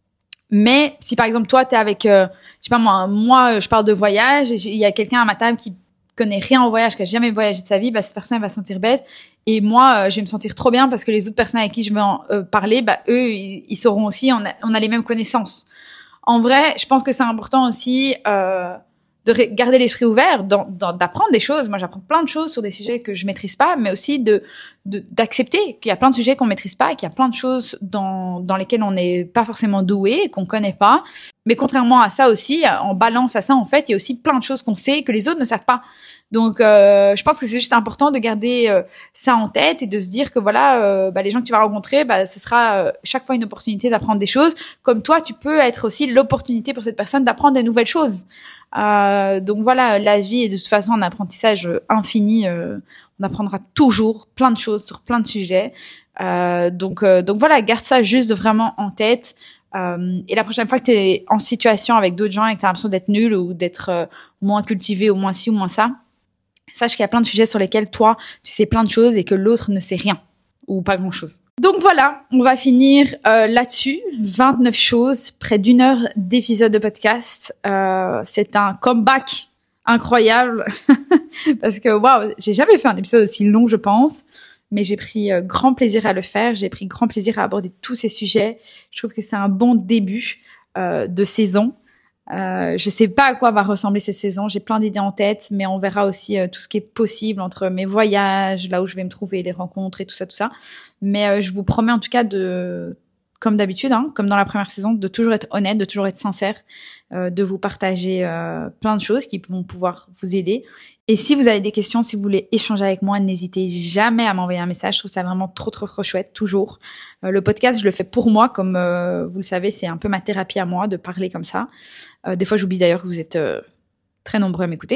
Mais si par exemple toi t'es avec, euh, je sais pas moi, moi je parle de voyage et il y a quelqu'un à ma table qui connaît rien en voyage, qui a jamais voyagé de sa vie, bah cette personne elle va se sentir bête et moi euh, je vais me sentir trop bien parce que les autres personnes avec qui je vais en, euh, parler, bah eux ils, ils sauront aussi, on a, on a les mêmes connaissances. En vrai, je pense que c'est important aussi euh, de garder l'esprit ouvert, dans, dans, d'apprendre des choses. Moi, j'apprends plein de choses sur des sujets que je maîtrise pas, mais aussi de, de d'accepter qu'il y a plein de sujets qu'on maîtrise pas et qu'il y a plein de choses dans dans lesquelles on n'est pas forcément doué, qu'on connaît pas. Mais contrairement à ça aussi, en balance à ça, en fait, il y a aussi plein de choses qu'on sait que les autres ne savent pas. Donc, euh, je pense que c'est juste important de garder euh, ça en tête et de se dire que voilà, euh, bah, les gens que tu vas rencontrer, bah, ce sera euh, chaque fois une opportunité d'apprendre des choses. Comme toi, tu peux être aussi l'opportunité pour cette personne d'apprendre des nouvelles choses. Euh, donc voilà, la vie est de toute façon un apprentissage infini. Euh, on apprendra toujours plein de choses sur plein de sujets. Euh, donc, euh, donc voilà, garde ça juste vraiment en tête. Euh, et la prochaine fois que tu es en situation avec d'autres gens et que tu as l'impression d'être nul ou d'être euh, moins cultivé ou moins ci ou moins ça, sache qu'il y a plein de sujets sur lesquels toi, tu sais plein de choses et que l'autre ne sait rien ou pas grand-chose. Donc voilà, on va finir euh, là-dessus. vingt-neuf choses, près d'une heure d'épisode de podcast. Euh, c'est un comeback incroyable parce que waouh, j'ai jamais fait un épisode aussi long, je pense. Mais j'ai pris euh, grand plaisir à le faire. J'ai pris grand plaisir à aborder tous ces sujets. Je trouve que c'est un bon début euh, de saison. Euh, je sais pas à quoi va ressembler cette saison. J'ai plein d'idées en tête, mais on verra aussi euh, tout ce qui est possible entre mes voyages, là où je vais me trouver, les rencontres et tout ça, tout ça. Mais euh, je vous promets en tout cas de, comme d'habitude, hein, comme dans la première saison, de toujours être honnête, de toujours être sincère, euh, de vous partager euh, plein de choses qui vont pouvoir vous aider. Et si vous avez des questions, si vous voulez échanger avec moi, n'hésitez jamais à m'envoyer un message. Je trouve ça vraiment trop, trop, trop chouette, toujours. Euh, le podcast, je le fais pour moi, comme euh, vous le savez, c'est un peu ma thérapie à moi de parler comme ça. Euh, des fois, j'oublie d'ailleurs que vous êtes euh, très nombreux à m'écouter.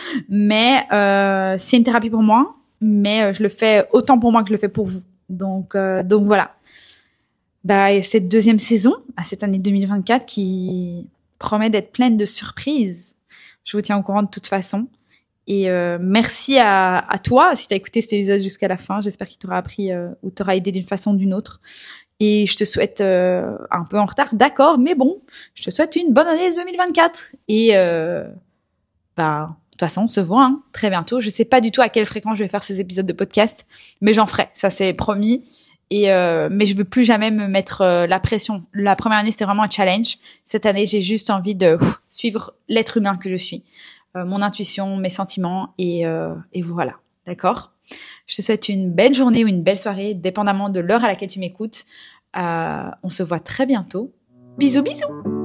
mais euh, c'est une thérapie pour moi, mais euh, je le fais autant pour moi que je le fais pour vous. Donc, euh, donc voilà. Bah, cette deuxième saison, à cette année deux mille vingt-quatre, qui promet d'être pleine de surprises. Je vous tiens au courant de toute façon. Et euh, merci à, à toi si tu as écouté cet épisode jusqu'à la fin. J'espère qu'il t'aura appris euh, ou t'aura aidé d'une façon ou d'une autre. Et je te souhaite, euh, un peu en retard, d'accord, mais bon, je te souhaite une bonne année deux mille vingt-quatre. Et euh, bah, de toute façon, on se voit hein, très bientôt. Je sais pas du tout à quelle fréquence je vais faire ces épisodes de podcast, mais j'en ferai, ça c'est promis. Et euh, mais je veux plus jamais me mettre euh, la pression. La première année, c'était vraiment un challenge. Cette année, j'ai juste envie de ouf, suivre l'être humain que je suis. Euh, mon intuition, mes sentiments et, euh, et voilà, d'accord. Je te souhaite une belle journée ou une belle soirée, dépendamment de l'heure à laquelle tu m'écoutes. Euh, on se voit très bientôt. Bisous, bisous.